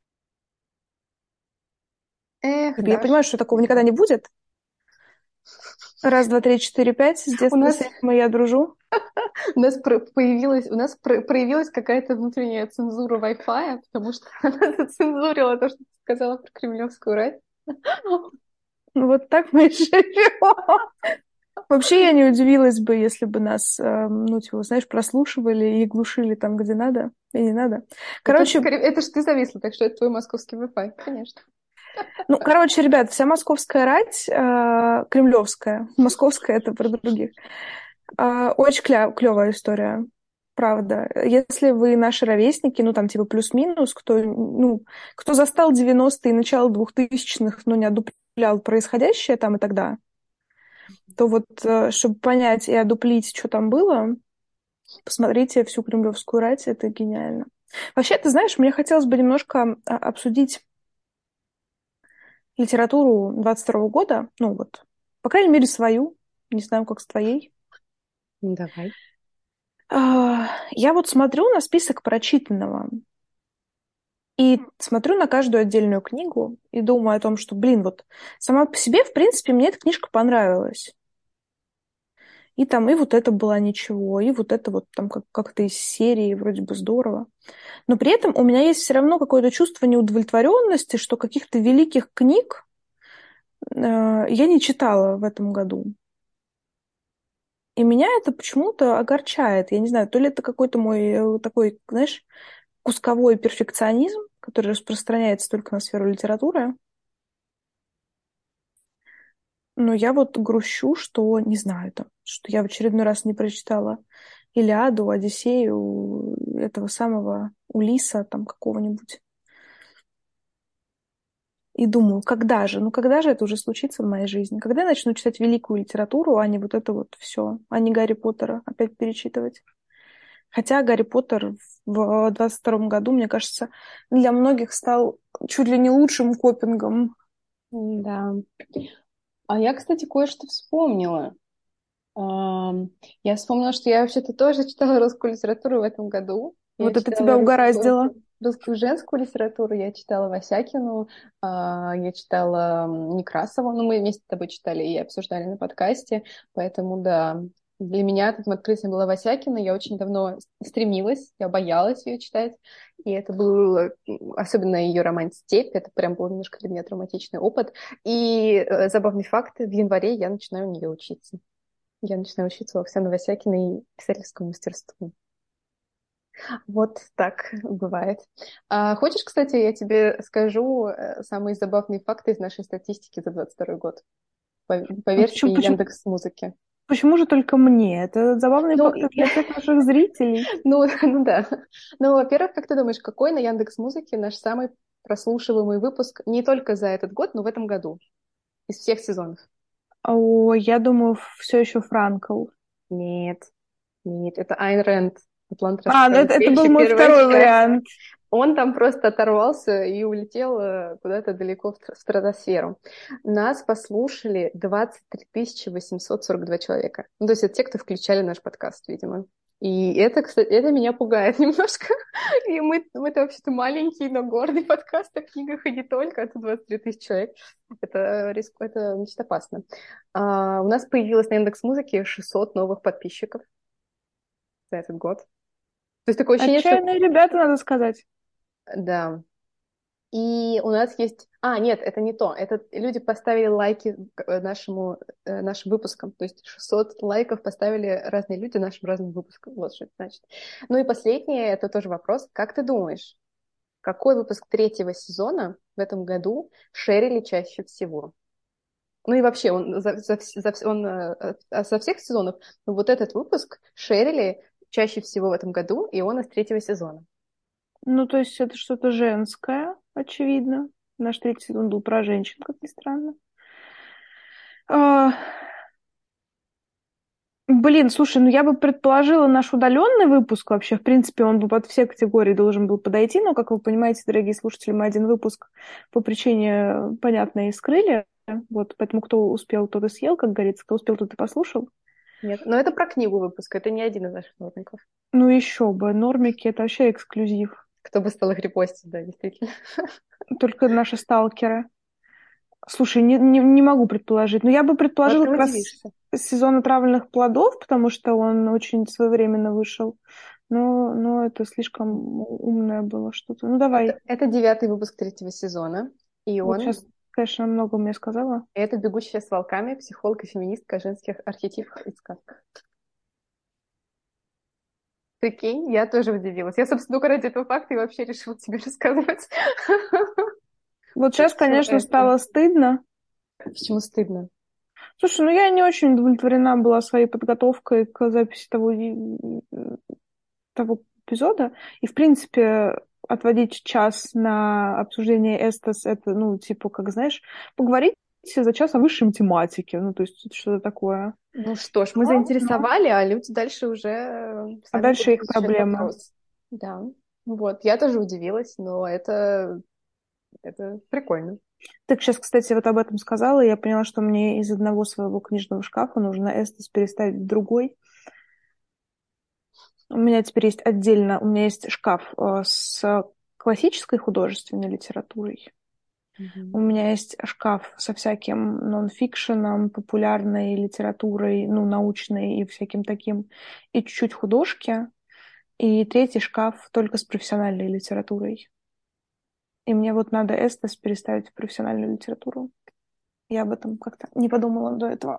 [SPEAKER 2] Эх,
[SPEAKER 1] Я
[SPEAKER 2] Даш,
[SPEAKER 1] понимаю, что такого никогда не будет. Раз, два, три, четыре, пять. С
[SPEAKER 2] у
[SPEAKER 1] детства с
[SPEAKER 2] нас,
[SPEAKER 1] этим я дружу.
[SPEAKER 2] у нас про- появилась, у нас про- проявилась какая-то внутренняя цензура Wi-Fi, потому что она зацензурила то, что ты сказала про Кремлевскую рать.
[SPEAKER 1] Ну, вот так мы и живем. Вообще я не удивилась бы, если бы нас, э, ну, типа, знаешь, прослушивали и глушили там, где надо и не надо.
[SPEAKER 2] Это,
[SPEAKER 1] Короче,
[SPEAKER 2] скорее, это же ты зависла, так что это твой московский Wi-Fi, конечно.
[SPEAKER 1] ну, короче, ребят, вся московская рать, э, кремлевская, московская это про других, э, очень кля- клевая история, правда. Если вы наши ровесники, ну, там, типа, плюс-минус, кто, ну, кто застал девяностые и начало двухтысячных, но не одуплял происходящее там и тогда, то вот, э, чтобы понять и одуплить, что там было, посмотрите всю кремлевскую рать, это гениально. Вообще, ты знаешь, мне хотелось бы немножко а, обсудить литературу двадцать второго года, ну вот, по крайней мере, свою, не знаю, как с твоей.
[SPEAKER 2] Ну, давай.
[SPEAKER 1] А, Я вот смотрю на список прочитанного и смотрю на каждую отдельную книгу и думаю о том, что, блин, вот сама по себе, в принципе, мне эта книжка понравилась. И там и вот это было ничего, и вот это вот там как- как-то из серии вроде бы здорово. Но при этом у меня есть все равно какое-то чувство неудовлетворенности, что каких-то великих книг э, я не читала в этом году. И меня это почему-то огорчает. Я не знаю, то ли это какой-то мой э, такой, знаешь, кусковой перфекционизм, который распространяется только на сферу литературы. Но я вот грущу, что не знаю там, что я в очередной раз не прочитала Илиаду, Одиссею, этого самого Улиса там какого-нибудь. И думаю, когда же, ну когда же это уже случится в моей жизни? Когда я начну читать великую литературу, а не вот это вот все, а не Гарри Поттера опять перечитывать? Хотя Гарри Поттер в двадцать втором году, мне кажется, для многих стал чуть ли не лучшим копингом.
[SPEAKER 2] Да. А я, кстати, кое-что вспомнила. Ам, Я вспомнила, что я вообще-то тоже читала русскую литературу в этом году. Я
[SPEAKER 1] Вот это тебя
[SPEAKER 2] читала русскую,
[SPEAKER 1] угораздило.
[SPEAKER 2] русскую женскую литературу, я читала Васякину, а, я читала м, Некрасову, ну, мы вместе с тобой читали и обсуждали на подкасте, поэтому, да, для меня таким открытием была Васякина, я очень давно стремилась, я боялась ее читать, и это был, м, особенно ее роман «Степь», это прям был немножко для меня травматичный опыт, и э, забавный факт, в январе я начинаю у нее учиться. Я начинаю учиться у Оксаны Васякиной писательскому мастерству. Вот так бывает. А хочешь, кстати, я тебе скажу э, самые забавные факты из нашей статистики за двадцать второй год по, по
[SPEAKER 1] Ну,
[SPEAKER 2] версии
[SPEAKER 1] Почему, почему,
[SPEAKER 2] Яндекс Музыки.
[SPEAKER 1] почему же только мне? Это забавные
[SPEAKER 2] Ну,
[SPEAKER 1] факты для всех наших зрителей.
[SPEAKER 2] ну, ну да. Ну, во-первых, как ты думаешь, какой на Яндекс Музыке наш самый прослушиваемый выпуск не только за этот год, но в этом году из всех сезонов?
[SPEAKER 1] О, я думаю, все еще Франкл.
[SPEAKER 2] Нет, нет, это Айн Рэнд. Атлант
[SPEAKER 1] А, ну это, это был
[SPEAKER 2] расправил
[SPEAKER 1] мой
[SPEAKER 2] первая
[SPEAKER 1] второй
[SPEAKER 2] часть.
[SPEAKER 1] вариант.
[SPEAKER 2] Он там просто оторвался и улетел э, куда-то далеко в стр- стратосферу. Нас послушали двадцать три тысячи восемьсот сорок два человека. Ну, то есть это те, кто включали наш подкаст, видимо. И это, кстати, это меня пугает немножко. И мы, мы-то вообще-то маленький, но гордый подкаст о книгах и не только. А тут двадцать три тысячи человек. Это риск, это значит опасно. А, у нас появилось на Яндекс.Музыке шестьсот новых подписчиков за этот год. То есть такое ощущение, что...
[SPEAKER 1] Отчаянные ребята, надо сказать.
[SPEAKER 2] Да. И у нас есть... А, нет, это не то. Это люди поставили лайки к- нашему, э, нашим выпускам. То есть шестьсот лайков поставили разные люди нашим разным выпускам. Вот что это значит. Ну и последнее, это тоже вопрос. Как ты думаешь, какой выпуск третьего сезона в этом году шерили чаще всего? Ну и вообще, он, за, за, вс- за вс- он э, э, со всех сезонов, но вот этот выпуск шерили чаще всего в этом году, и он из третьего сезона.
[SPEAKER 1] Ну, то есть это что-то женское, очевидно. Наш третий сезон был про женщин, как ни странно. А, блин, слушай, ну я бы предположила наш удаленный выпуск вообще. В принципе, он бы под все категории должен был подойти, но, как вы понимаете, дорогие слушатели, мы один выпуск по причине понятной скрыли. Вот, поэтому кто успел, тот и съел, как говорится, кто успел, тот и послушал.
[SPEAKER 2] Нет, но это про книгу выпуска, это не один из наших новеньких.
[SPEAKER 1] Ну еще бы, нормики — это вообще эксклюзив.
[SPEAKER 2] Кто бы стал их репостить, да, действительно.
[SPEAKER 1] Только наши сталкеры. Слушай, не, не, не могу предположить. Но я бы
[SPEAKER 2] Но
[SPEAKER 1] предположила
[SPEAKER 2] ты
[SPEAKER 1] как раз
[SPEAKER 2] удивишься.
[SPEAKER 1] сезон отравленных плодов, потому что он очень своевременно вышел. Но, но это слишком умное было что-то. Ну,
[SPEAKER 2] Это,
[SPEAKER 1] давай.
[SPEAKER 2] это девятый выпуск третьего сезона, и
[SPEAKER 1] Вот
[SPEAKER 2] он...
[SPEAKER 1] сейчас, конечно, много мне сказала.
[SPEAKER 2] Это «Бегущая с волками», психолог и феминистка о женских архетипах и сказках. Прикинь, я тоже удивилась. Я, собственно, только ради этого факта и вообще решила тебе рассказывать.
[SPEAKER 1] Вот сейчас,
[SPEAKER 2] Все
[SPEAKER 1] конечно,
[SPEAKER 2] это.
[SPEAKER 1] стало стыдно.
[SPEAKER 2] Почему стыдно?
[SPEAKER 1] Слушай, ну я не очень удовлетворена была своей подготовкой к записи того, и- того эпизода. И, в принципе, отводить час на обсуждение Эстес, это, ну, типа, как знаешь, поговорить за час о высшей математике. Ну, то есть это что-то такое.
[SPEAKER 2] Ну что ж, мы
[SPEAKER 1] Но, но-
[SPEAKER 2] заинтересовали, а люди дальше уже э,
[SPEAKER 1] А
[SPEAKER 2] сами
[SPEAKER 1] дальше
[SPEAKER 2] будут
[SPEAKER 1] их
[SPEAKER 2] изучать
[SPEAKER 1] проблемы.
[SPEAKER 2] вопрос. Да, вот. Я тоже удивилась, но это, это прикольно.
[SPEAKER 1] Так сейчас, кстати, вот об этом сказала, и я поняла, что мне из одного своего книжного шкафа нужно Эстес переставить в другой. У меня теперь есть отдельно, у меня есть шкаф э, с классической художественной литературой. У
[SPEAKER 2] Мгм.
[SPEAKER 1] меня есть шкаф со всяким нон-фикшеном, популярной литературой, ну, научной и всяким таким, и чуть-чуть художки. И третий шкаф только с профессиональной литературой. И мне вот надо эстес переставить в профессиональную литературу. Я об этом как-то не подумала до этого.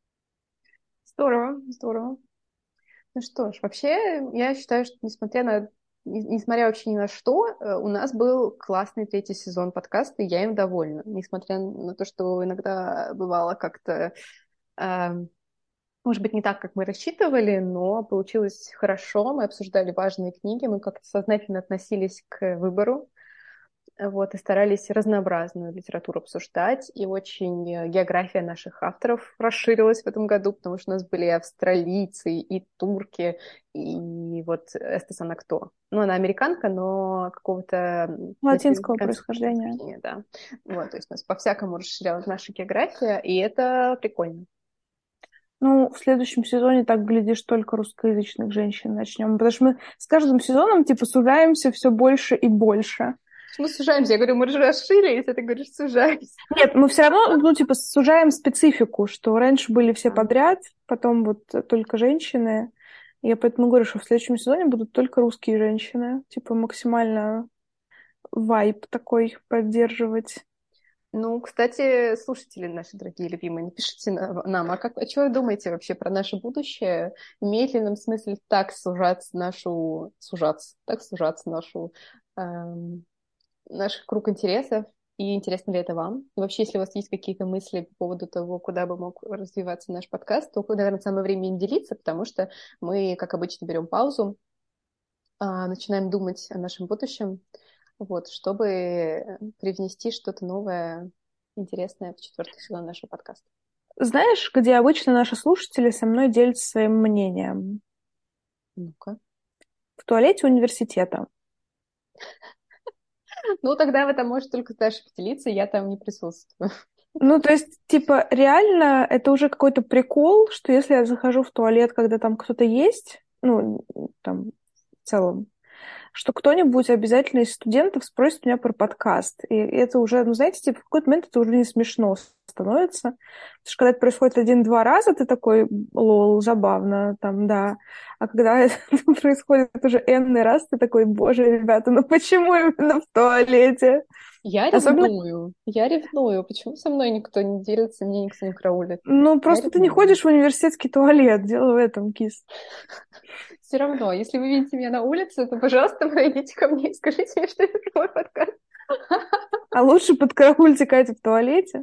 [SPEAKER 2] Здорово, здорово. Ну что ж, вообще, я считаю, что несмотря на, не- несмотря вообще ни на что, э, у нас был классный третий сезон подкаста, и я им довольна. Несмотря на то, что иногда бывало как-то, э, может быть, не так, как мы рассчитывали, но получилось хорошо. Мы обсуждали важные книги, мы как-то сознательно относились к выбору. Вот, и старались разнообразную литературу обсуждать. И очень э, география наших авторов расширилась в этом году, потому что у нас были и австралийцы, и турки, и вот Эстес она кто? Ну, она американка, но какого-то м,
[SPEAKER 1] Латинского
[SPEAKER 2] латиноамериканского
[SPEAKER 1] происхождения.
[SPEAKER 2] происхождения, да. Вот, то есть у нас по-всякому расширялась наша география, и это прикольно.
[SPEAKER 1] Ну, в следующем сезоне, так глядишь, только русскоязычных женщин начнем. Потому что мы с каждым сезоном, типа, сужаемся все больше и больше.
[SPEAKER 2] Почему сужаемся? Я говорю, мы же расширились, а ты говоришь, сужаемся.
[SPEAKER 1] Нет, мы все равно, ну, типа, сужаем специфику, что раньше были все
[SPEAKER 2] А.
[SPEAKER 1] подряд, потом вот только женщины. Я поэтому говорю, что в следующем сезоне будут только русские женщины. Типа, максимально вайб такой поддерживать.
[SPEAKER 2] Ну, кстати, слушатели наши дорогие, любимые, напишите на- нам, а, как, а что вы думаете вообще про наше будущее? Имеет ли нам смысл так сужаться нашу, сужаться, так сужаться нашу, эм, наш круг интересов? И интересно ли это вам? И вообще, если у вас есть какие-то мысли по поводу того, куда бы мог развиваться наш подкаст, то, наверное, самое время им делиться, потому что мы, как обычно, берем паузу, а, начинаем думать о нашем будущем, вот, чтобы э, привнести что-то новое, интересное в четвертый сезон нашего подкаста.
[SPEAKER 1] Знаешь, где обычно наши слушатели со мной делятся своим мнением?
[SPEAKER 2] Ну-ка.
[SPEAKER 1] в туалете университета.
[SPEAKER 2] Ну, тогда в этом может только Даша поделиться, я там не присутствую.
[SPEAKER 1] Ну, то есть, типа, реально это уже какой-то прикол, что если я захожу в туалет, когда там кто-то есть, ну, там, в целом, что кто-нибудь обязательно из студентов спросит меня про подкаст. И это уже, ну, знаете, типа, в какой-то момент это уже не смешно становится. Потому что когда это происходит один-два раза, ты такой, лол, забавно, там, да. А когда это происходит уже энный раз, ты такой, боже, ребята, ну почему именно в туалете?
[SPEAKER 2] Я
[SPEAKER 1] Особенно,
[SPEAKER 2] ревную, я ревную. Почему со мной никто не делится, мне никто не караулит?
[SPEAKER 1] ну,
[SPEAKER 2] Я
[SPEAKER 1] просто ты не
[SPEAKER 2] ревную.
[SPEAKER 1] ходишь в университетский туалет, дело в этом, кис.
[SPEAKER 2] Все равно, если вы видите меня на улице, то, пожалуйста, подойдите ко мне и скажите мне, что это мой подкаст.
[SPEAKER 1] А лучше подкараульте Катю в туалете.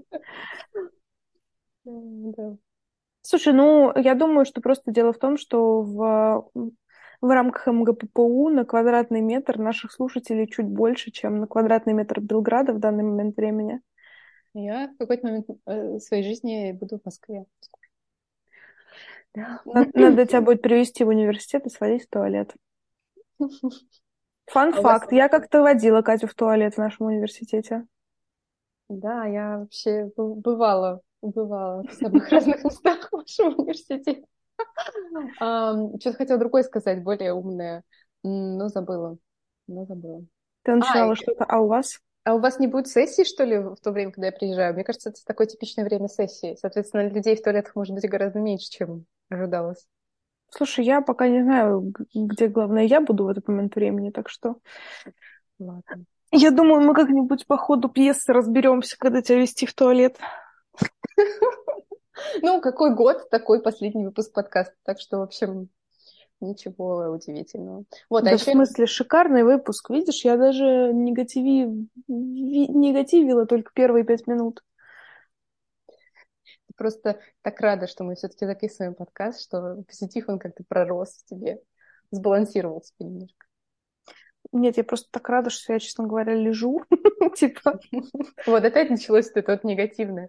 [SPEAKER 2] Да.
[SPEAKER 1] Слушай, ну, я думаю, что просто дело в том, что в, в рамках МГППУ на квадратный метр наших слушателей чуть больше, чем на квадратный метр Белграда в данный момент времени.
[SPEAKER 2] Я в какой-то момент э, своей жизни буду в Москве. Да.
[SPEAKER 1] Надо, надо тебя будет привести в университет и сводить в туалет. Фан
[SPEAKER 2] А у вас?
[SPEAKER 1] факт. Я как-то водила Катю в туалет в нашем университете.
[SPEAKER 2] Да, я вообще б- бывала, бывала в самых разных местах вашего университета. Ам, Что-то хотела другое сказать, более умное, М, но забыла. Но забыла.
[SPEAKER 1] Ты
[SPEAKER 2] А,
[SPEAKER 1] начинала
[SPEAKER 2] и-
[SPEAKER 1] что-то, а у вас?
[SPEAKER 2] а у вас не будет сессии, что ли, в то время, когда я приезжаю? Мне кажется, это такое типичное время сессии. Соответственно, людей в туалетах может быть гораздо меньше, чем ожидалось.
[SPEAKER 1] Слушай, я пока не знаю, г- где главное я буду в этот момент времени, так что
[SPEAKER 2] Ладно.
[SPEAKER 1] я думаю, мы как-нибудь по ходу пьесы разберемся, когда тебя вести в туалет.
[SPEAKER 2] Ну, какой год, такой последний выпуск подкаста. Так что, в общем, ничего удивительного. Вот, а
[SPEAKER 1] Да, в
[SPEAKER 2] еще
[SPEAKER 1] смысле, шикарный выпуск. Видишь, я даже негативи... ви- негативила только первые пять минут.
[SPEAKER 2] просто так рада, что мы все-таки записываем подкаст, что позитив, он как-то пророс в тебе, сбалансировал себя немножко.
[SPEAKER 1] Нет, я просто так рада, что я, честно говоря, лежу. Типа,
[SPEAKER 2] Вот опять началось вот это вот негативное.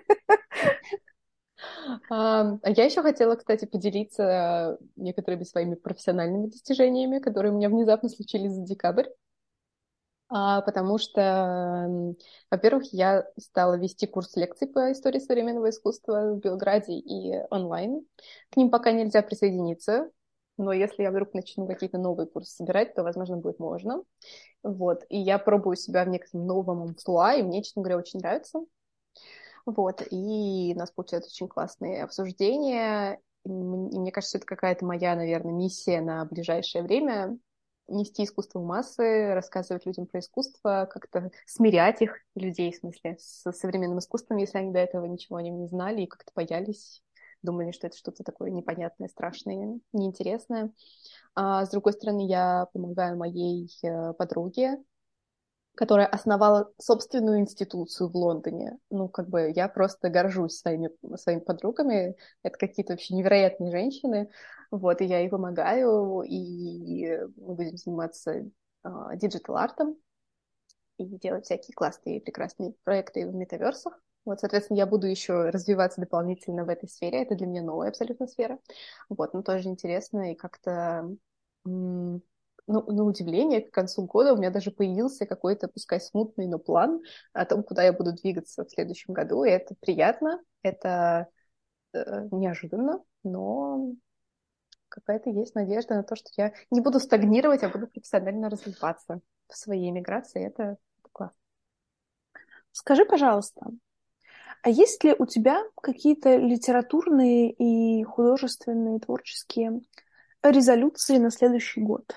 [SPEAKER 2] А а я еще хотела, кстати, поделиться некоторыми своими профессиональными достижениями, которые у меня внезапно случились за декабрь. А, потому что, м, во-первых, я стала вести курс лекций по истории современного искусства в Белграде и онлайн. К ним пока нельзя присоединиться, но если я вдруг начну какие-то новые курсы собирать, то, возможно, будет можно. Вот. И я пробую себя в некотором новом амплуа, и мне, честно говоря, очень нравится. Вот. И у нас получаются очень классные обсуждения. И м- и мне кажется, это какая-то моя, наверное, миссия на ближайшее время нести искусство в массы, рассказывать людям про искусство, как-то смирять их, людей, в смысле, с современным искусством, если они до этого ничего о нем не знали и как-то боялись, думали, что это что-то такое непонятное, страшное, неинтересное. А с другой стороны, я помогаю моей э, подруге, которая основала собственную институцию в Лондоне. Ну, как бы я просто горжусь своими, своими подругами. Это какие-то вообще невероятные женщины. Вот, и я ей помогаю, и мы будем заниматься диджитал-артом и делать всякие классные, прекрасные проекты в метаверсах. Вот, соответственно, я буду еще развиваться дополнительно в этой сфере. Это для меня новая абсолютно сфера. Вот, но тоже интересно и как-то м, ну, на удивление, к концу года у меня даже появился какой-то, пускай смутный, но план о том, куда я буду двигаться в следующем году. И это приятно, это э, неожиданно, но какая-то есть надежда на то, что я не буду стагнировать, а буду профессионально развиваться в своей эмиграции. Это, это классно.
[SPEAKER 1] скажи, пожалуйста, а есть ли у тебя какие-то литературные и художественные, творческие резолюции на следующий год?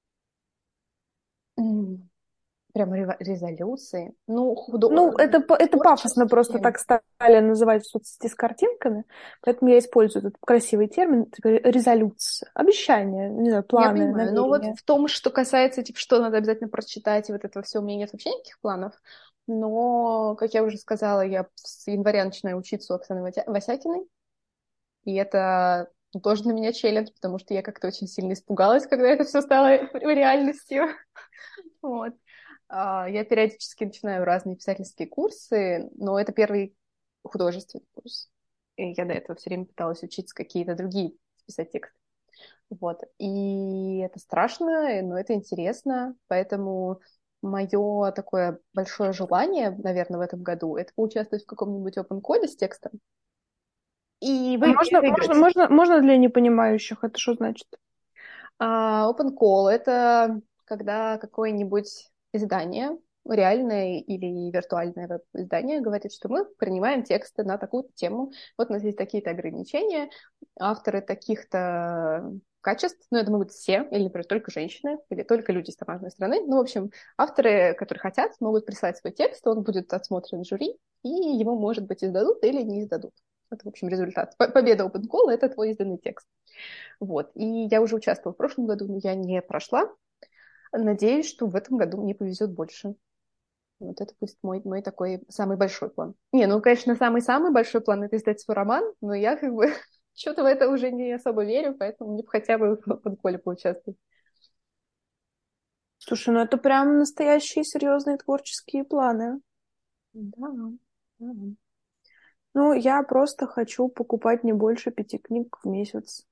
[SPEAKER 2] М, Прям рева- резолюции. Ну, худо...
[SPEAKER 1] Ну, это, п- это пафосно просто
[SPEAKER 2] творческие.
[SPEAKER 1] так стали называть в соцсети с картинками, поэтому я использую этот красивый термин, типа резолюция, обещания, не знаю,
[SPEAKER 2] Я
[SPEAKER 1] планы,
[SPEAKER 2] понимаю. Но вот
[SPEAKER 1] намерения.
[SPEAKER 2] в том, что касается, типа, что надо обязательно прочитать, и вот этого всего, у меня нет вообще никаких планов. Но, как я уже сказала, я с января начинаю учиться у Оксаны Ватя- Васякиной, и это ну, тоже для меня челлендж, потому что я как-то очень сильно испугалась, когда это все стало реальностью. Вот. А, Я периодически начинаю разные писательские курсы, но это первый художественный курс. И я до этого все время пыталась учиться какие-то другие писать тексты. Вот. И это страшно, но это интересно. Поэтому мое такое большое желание, наверное, в этом году, это поучаствовать в каком-нибудь open code с текстом и
[SPEAKER 1] А
[SPEAKER 2] вы, и
[SPEAKER 1] можно, можно,
[SPEAKER 2] выиграть.
[SPEAKER 1] можно, можно для непонимающих? Это что значит?
[SPEAKER 2] А open call — это когда какое-нибудь издание, реальное или виртуальное веб-издание, говорит, что мы принимаем тексты на такую тему. Вот у нас есть такие-то ограничения, авторы таких-то качеств, ну, это могут все, или, например, только женщины, или только люди из разной страны. Ну, в общем, авторы, которые хотят, могут прислать свой текст, он будет отсмотрен жюри, и его, может быть, издадут или не издадут. Это, в общем, результат. Победа open call — это твой изданный текст. Вот. И я уже участвовала в прошлом году, но я не прошла. Надеюсь, что в этом году мне повезет больше. Вот это пусть мой, мой такой самый большой план. Не, ну, конечно, самый-самый большой план — это издать свой роман, но я как бы что-то в это уже не особо верю, поэтому мне бы хотя бы в подполе поучаствовать.
[SPEAKER 1] Слушай, ну это прям настоящие серьезные творческие планы.
[SPEAKER 2] Да, да.
[SPEAKER 1] Ну, я просто хочу покупать не больше пяти книг в месяц.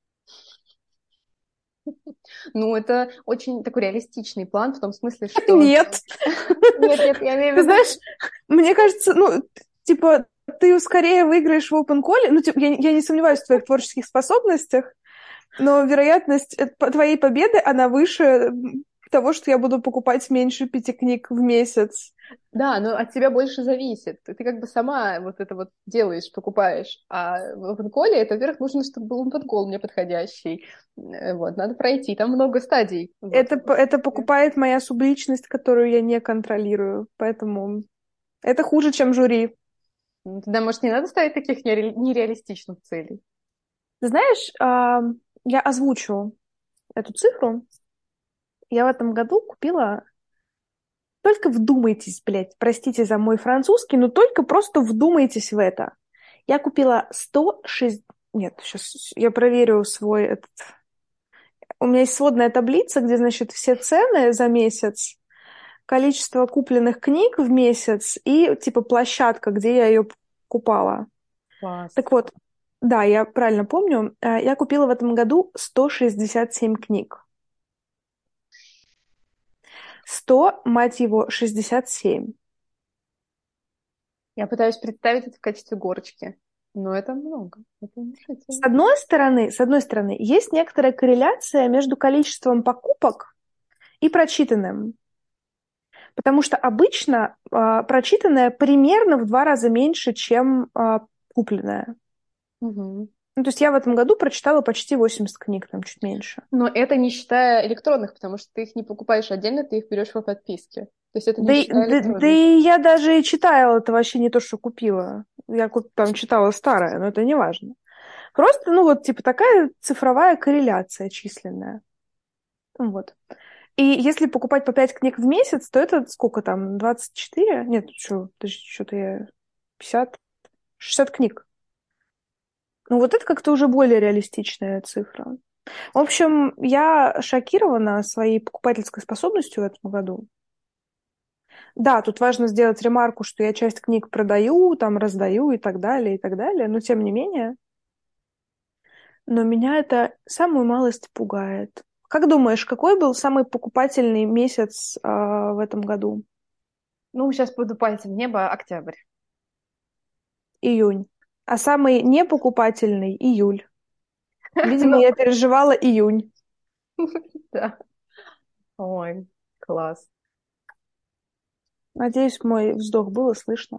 [SPEAKER 2] Ну, это очень такой реалистичный план, в том смысле, что...
[SPEAKER 1] Нет.
[SPEAKER 2] Нет, нет, я имею в
[SPEAKER 1] Ты
[SPEAKER 2] виду...
[SPEAKER 1] знаешь, мне кажется, ну, типа, ты скорее выиграешь в open call. Ну, типа, я, я не сомневаюсь в твоих творческих способностях, но вероятность э, по- твоей победы, она выше м, того, что я буду покупать меньше пяти книг в месяц.
[SPEAKER 2] Да, но от тебя больше зависит. Ты, ты как бы сама вот это вот делаешь, покупаешь. А в опенколе это, во-первых, нужно, чтобы был опенкол мне подходящий. Э, Вот, надо пройти. Там много стадий. Вот.
[SPEAKER 1] Это, п- это покупает моя субличность, которую я не контролирую. Поэтому это хуже, чем жюри.
[SPEAKER 2] Ну, тогда, может, не надо ставить таких нере- нереалистичных целей?
[SPEAKER 1] Ты знаешь, а, я озвучу эту цифру. Я в этом году купила... Только вдумайтесь, блядь, простите за мой французский, но только просто вдумайтесь в это. Я купила сто шесть... Нет, сейчас я проверю свой этот... У меня есть сводная таблица, где, значит, все цены за месяц, количество купленных книг в месяц и, типа, площадка, где я ее покупала.
[SPEAKER 2] Класс.
[SPEAKER 1] Так вот, да, я правильно помню, э, я купила в этом году сто шестьдесят семь книг. сто, мать его, шестьдесят семь.
[SPEAKER 2] Я пытаюсь представить это в качестве горочки. Но это много. Это
[SPEAKER 1] С
[SPEAKER 2] внушительно.
[SPEAKER 1] одной стороны, с одной стороны, есть некоторая корреляция между количеством покупок и прочитанным. Потому что обычно э, прочитанное примерно в два раза меньше, чем э, купленное.
[SPEAKER 2] Мгм.
[SPEAKER 1] Ну, то есть я в этом году прочитала почти восемьдесят книг, там чуть меньше.
[SPEAKER 2] Но это не считая электронных, потому что ты их не покупаешь отдельно, ты их берешь по подписке. То есть это
[SPEAKER 1] Да,
[SPEAKER 2] не
[SPEAKER 1] и-
[SPEAKER 2] считая
[SPEAKER 1] да, да
[SPEAKER 2] электронных.
[SPEAKER 1] и я даже и читала, это вообще не то, что купила. Я куп- там читала старое, но это не важно. Просто, ну вот, типа, такая цифровая корреляция численная. Вот. И если покупать по пять книг в месяц, то это сколько там, двадцать четыре? Нет, что, что-то я... пятьдесят, шестьдесят книг. Ну вот это как-то уже более реалистичная цифра. В общем, я шокирована своей покупательской способностью в этом году. Да, тут важно сделать ремарку, что я часть книг продаю, там раздаю и так далее, и так далее, но тем не менее. Но меня это самую малость пугает. Как думаешь, какой был самый покупательный месяц а, в этом году?
[SPEAKER 2] Ну, сейчас буду пальцем в небо, октябрь.
[SPEAKER 1] Июнь. А самый непокупательный — июль. Видимо,
[SPEAKER 2] Ну,
[SPEAKER 1] я переживала июнь.
[SPEAKER 2] да. Ой, класс.
[SPEAKER 1] Надеюсь, мой вздох было слышно.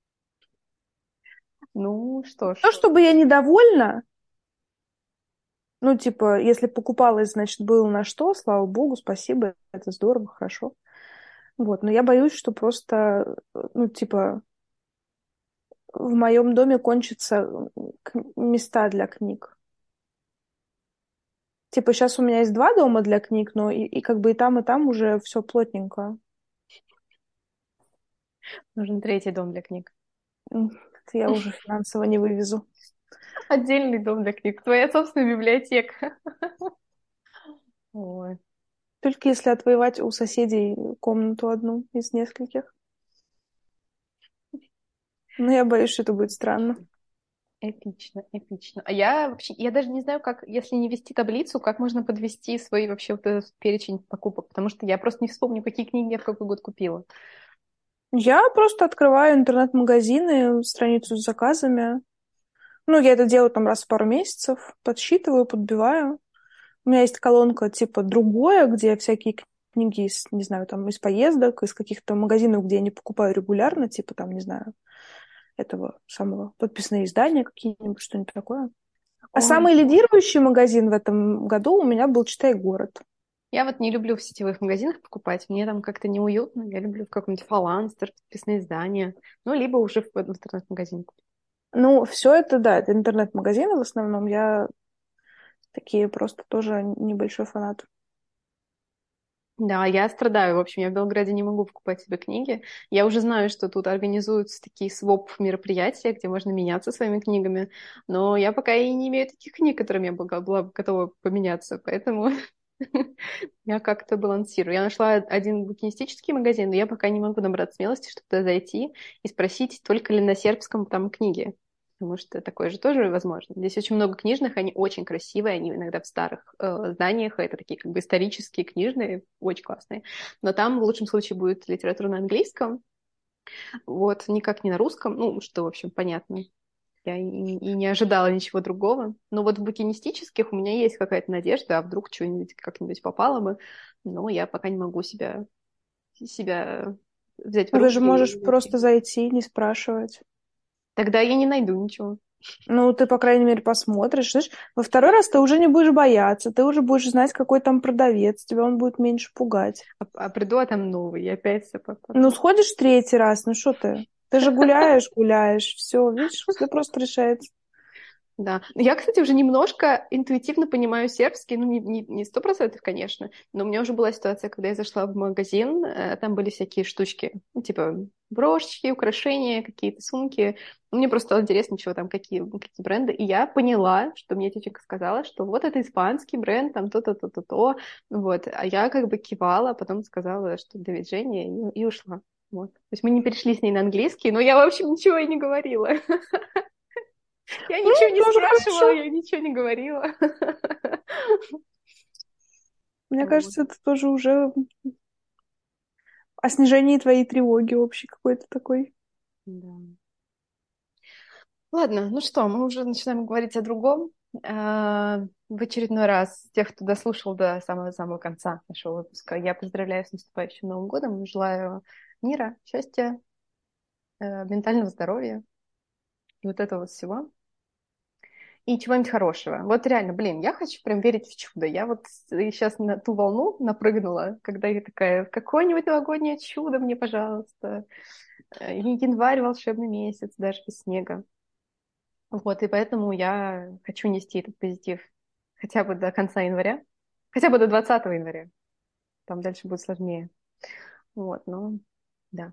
[SPEAKER 2] Ну, что
[SPEAKER 1] То,
[SPEAKER 2] ж.
[SPEAKER 1] чтобы я недовольна, ну, типа, если покупалась, значит, было на что, слава богу, спасибо, это здорово, хорошо. Вот, но я боюсь, что просто, ну, типа, в моем доме кончатся к- места для книг. Типа, сейчас у меня есть два дома для книг, но и, и как бы и там, и там уже все плотненько.
[SPEAKER 2] Нужен третий дом для книг.
[SPEAKER 1] М, это я уже финансово не вывезу.
[SPEAKER 2] Отдельный дом для книг. Твоя собственная библиотека. Ой.
[SPEAKER 1] Только если отвоевать у соседей комнату одну из нескольких. Но я боюсь, что это будет странно.
[SPEAKER 2] Эпично, эпично. А я вообще, я даже не знаю, как, если не вести таблицу, как можно подвести свой вообще вот этот перечень покупок, потому что я просто не вспомню, какие книги я в какой год купила.
[SPEAKER 1] Я просто открываю интернет-магазины, страницу с заказами. Ну, я это делаю там раз в пару месяцев, подсчитываю, подбиваю. У меня есть колонка типа другое, где всякие книги из, не знаю, там из поездок, из каких-то магазинов, где я не покупаю регулярно, типа там, не знаю, этого самого подписные издания какие-нибудь, что-нибудь такое. А
[SPEAKER 2] Ой,
[SPEAKER 1] самый лидирующий магазин в этом году у меня был «Читай город».
[SPEAKER 2] я вот не люблю в сетевых магазинах покупать, мне там как-то неуютно, я люблю в каком-нибудь Фаланстер, подписные издания, ну, либо уже в, в интернет-магазин.
[SPEAKER 1] Ну, все это, да, это интернет-магазины в основном. Я такие просто тоже небольшой фанат.
[SPEAKER 2] Да, я страдаю. В общем, я в Белграде не могу покупать себе книги. Я уже знаю, что тут организуются такие своп-мероприятия, где можно меняться своими книгами, но я пока и не имею таких книг, которыми я была, была бы готова поменяться, поэтому я как-то балансирую. Я нашла один букинистический магазин, но я пока не могу набрать смелости, чтобы туда зайти и спросить, только ли на сербском там книги. Потому что такое же тоже возможно. Здесь очень много книжных, они очень красивые, они иногда в старых э, зданиях, это такие как бы исторические книжные, очень классные. Но там в лучшем случае будет литература на английском, вот, никак не на русском, ну, что, в общем, понятно. Я и, и не ожидала ничего другого. Но вот в букинистических у меня есть какая-то надежда, а вдруг что-нибудь как-нибудь попало бы. Но я пока не могу себя, себя взять в
[SPEAKER 1] Ну, ты же
[SPEAKER 2] руки
[SPEAKER 1] можешь
[SPEAKER 2] и
[SPEAKER 1] просто
[SPEAKER 2] найти.
[SPEAKER 1] зайти, не спрашивать.
[SPEAKER 2] Тогда я не найду ничего.
[SPEAKER 1] Ну, ты, по крайней мере, посмотришь. Знаешь, во второй раз ты уже не будешь бояться, ты уже будешь знать, какой там продавец, тебя он будет меньше пугать.
[SPEAKER 2] А, а приду, а там новый, и опять все по... по-
[SPEAKER 1] Ну, сходишь в третий раз, ну что ты? Ты же гуляешь, гуляешь, все, видишь, все просто решается.
[SPEAKER 2] Да. Я, кстати, уже немножко интуитивно понимаю сербский, ну, не, не, не сто процентов, конечно, но у меня уже была ситуация, когда я зашла в магазин, э, там были всякие штучки, ну, типа брошечки, украшения, какие-то сумки. Мне просто стало интересно, чего там, какие, какие бренды, и я поняла, что мне тетенька сказала, что вот это испанский бренд, там то-то, то-то, то, вот, а я как бы кивала, а потом сказала, что до виджения, и, и ушла. Вот. То есть мы не перешли с ней на английский, но я, в общем, ничего и не говорила. Я
[SPEAKER 1] Ну,
[SPEAKER 2] ничего не
[SPEAKER 1] тоже
[SPEAKER 2] спрашивала,
[SPEAKER 1] хорошо.
[SPEAKER 2] я ничего не говорила.
[SPEAKER 1] Мне
[SPEAKER 2] Вот.
[SPEAKER 1] кажется, это тоже уже о снижении твоей тревоги общей какой-то такой.
[SPEAKER 2] Да. Ладно, ну что, мы уже начинаем говорить о другом. А, В очередной раз тех, кто дослушал до самого-самого конца нашего выпуска, я поздравляю с наступающим Новым годом. Желаю мира, счастья, э, ментального здоровья и вот этого вот всего. И чего-нибудь хорошего. Вот реально, блин, я хочу прям верить в чудо. Я вот сейчас на ту волну напрыгнула, когда я такая, какое-нибудь новогоднее чудо мне, пожалуйста. Э, Январь волшебный месяц, даже без снега. Вот, и поэтому я хочу нести этот позитив хотя бы до конца января, хотя бы до двадцатого января. Там дальше будет сложнее. Вот, но да.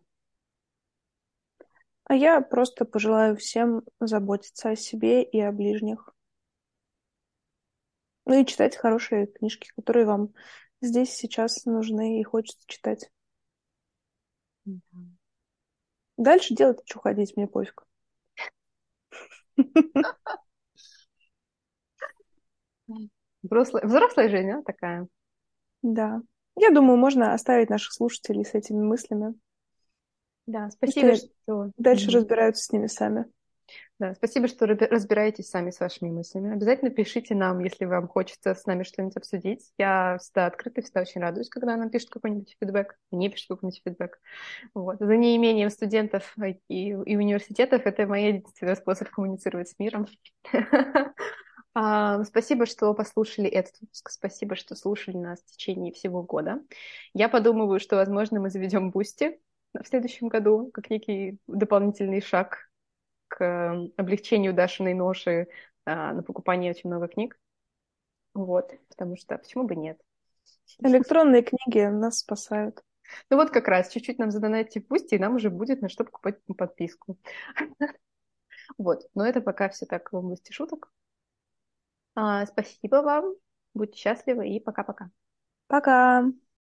[SPEAKER 1] А я просто пожелаю всем заботиться о себе и о ближних. Ну и читать хорошие книжки, которые вам здесь сейчас нужны и хочется читать. Дальше делать, что ходить, мне пофиг.
[SPEAKER 2] Взрослая, взрослая жизнь, а, такая.
[SPEAKER 1] Да. Я думаю, можно оставить наших слушателей с этими мыслями.
[SPEAKER 2] Да,
[SPEAKER 1] Пусть
[SPEAKER 2] спасибо,
[SPEAKER 1] они
[SPEAKER 2] что...
[SPEAKER 1] дальше
[SPEAKER 2] Мгм.
[SPEAKER 1] разбираются с ними сами.
[SPEAKER 2] Да, спасибо, что раби- разбираетесь сами с вашими мыслями. Обязательно пишите нам, если вам хочется с нами что-нибудь обсудить. Я всегда открыта, всегда очень радуюсь, когда нам пишут какой-нибудь фидбэк, мне пишут какой-нибудь фидбэк. Вот. За неимением студентов и, и университетов это мой единственный способ коммуницировать с миром. А, Спасибо, что послушали этот выпуск. Спасибо, что слушали нас в течение всего года. Я подумываю, что, возможно, мы заведем Бусти в следующем году, как некий дополнительный шаг к э, облегчению Дашиной ноши а, на покупание очень много книг. Вот, потому что почему бы нет?
[SPEAKER 1] Электронные книги нас спасают.
[SPEAKER 2] Ну вот как раз, чуть-чуть нам задонатьте в Бусти, и нам уже будет на что покупать подписку. Вот, но это пока все так в области шуток. А, Спасибо вам, будьте счастливы и пока-пока.
[SPEAKER 1] Пока!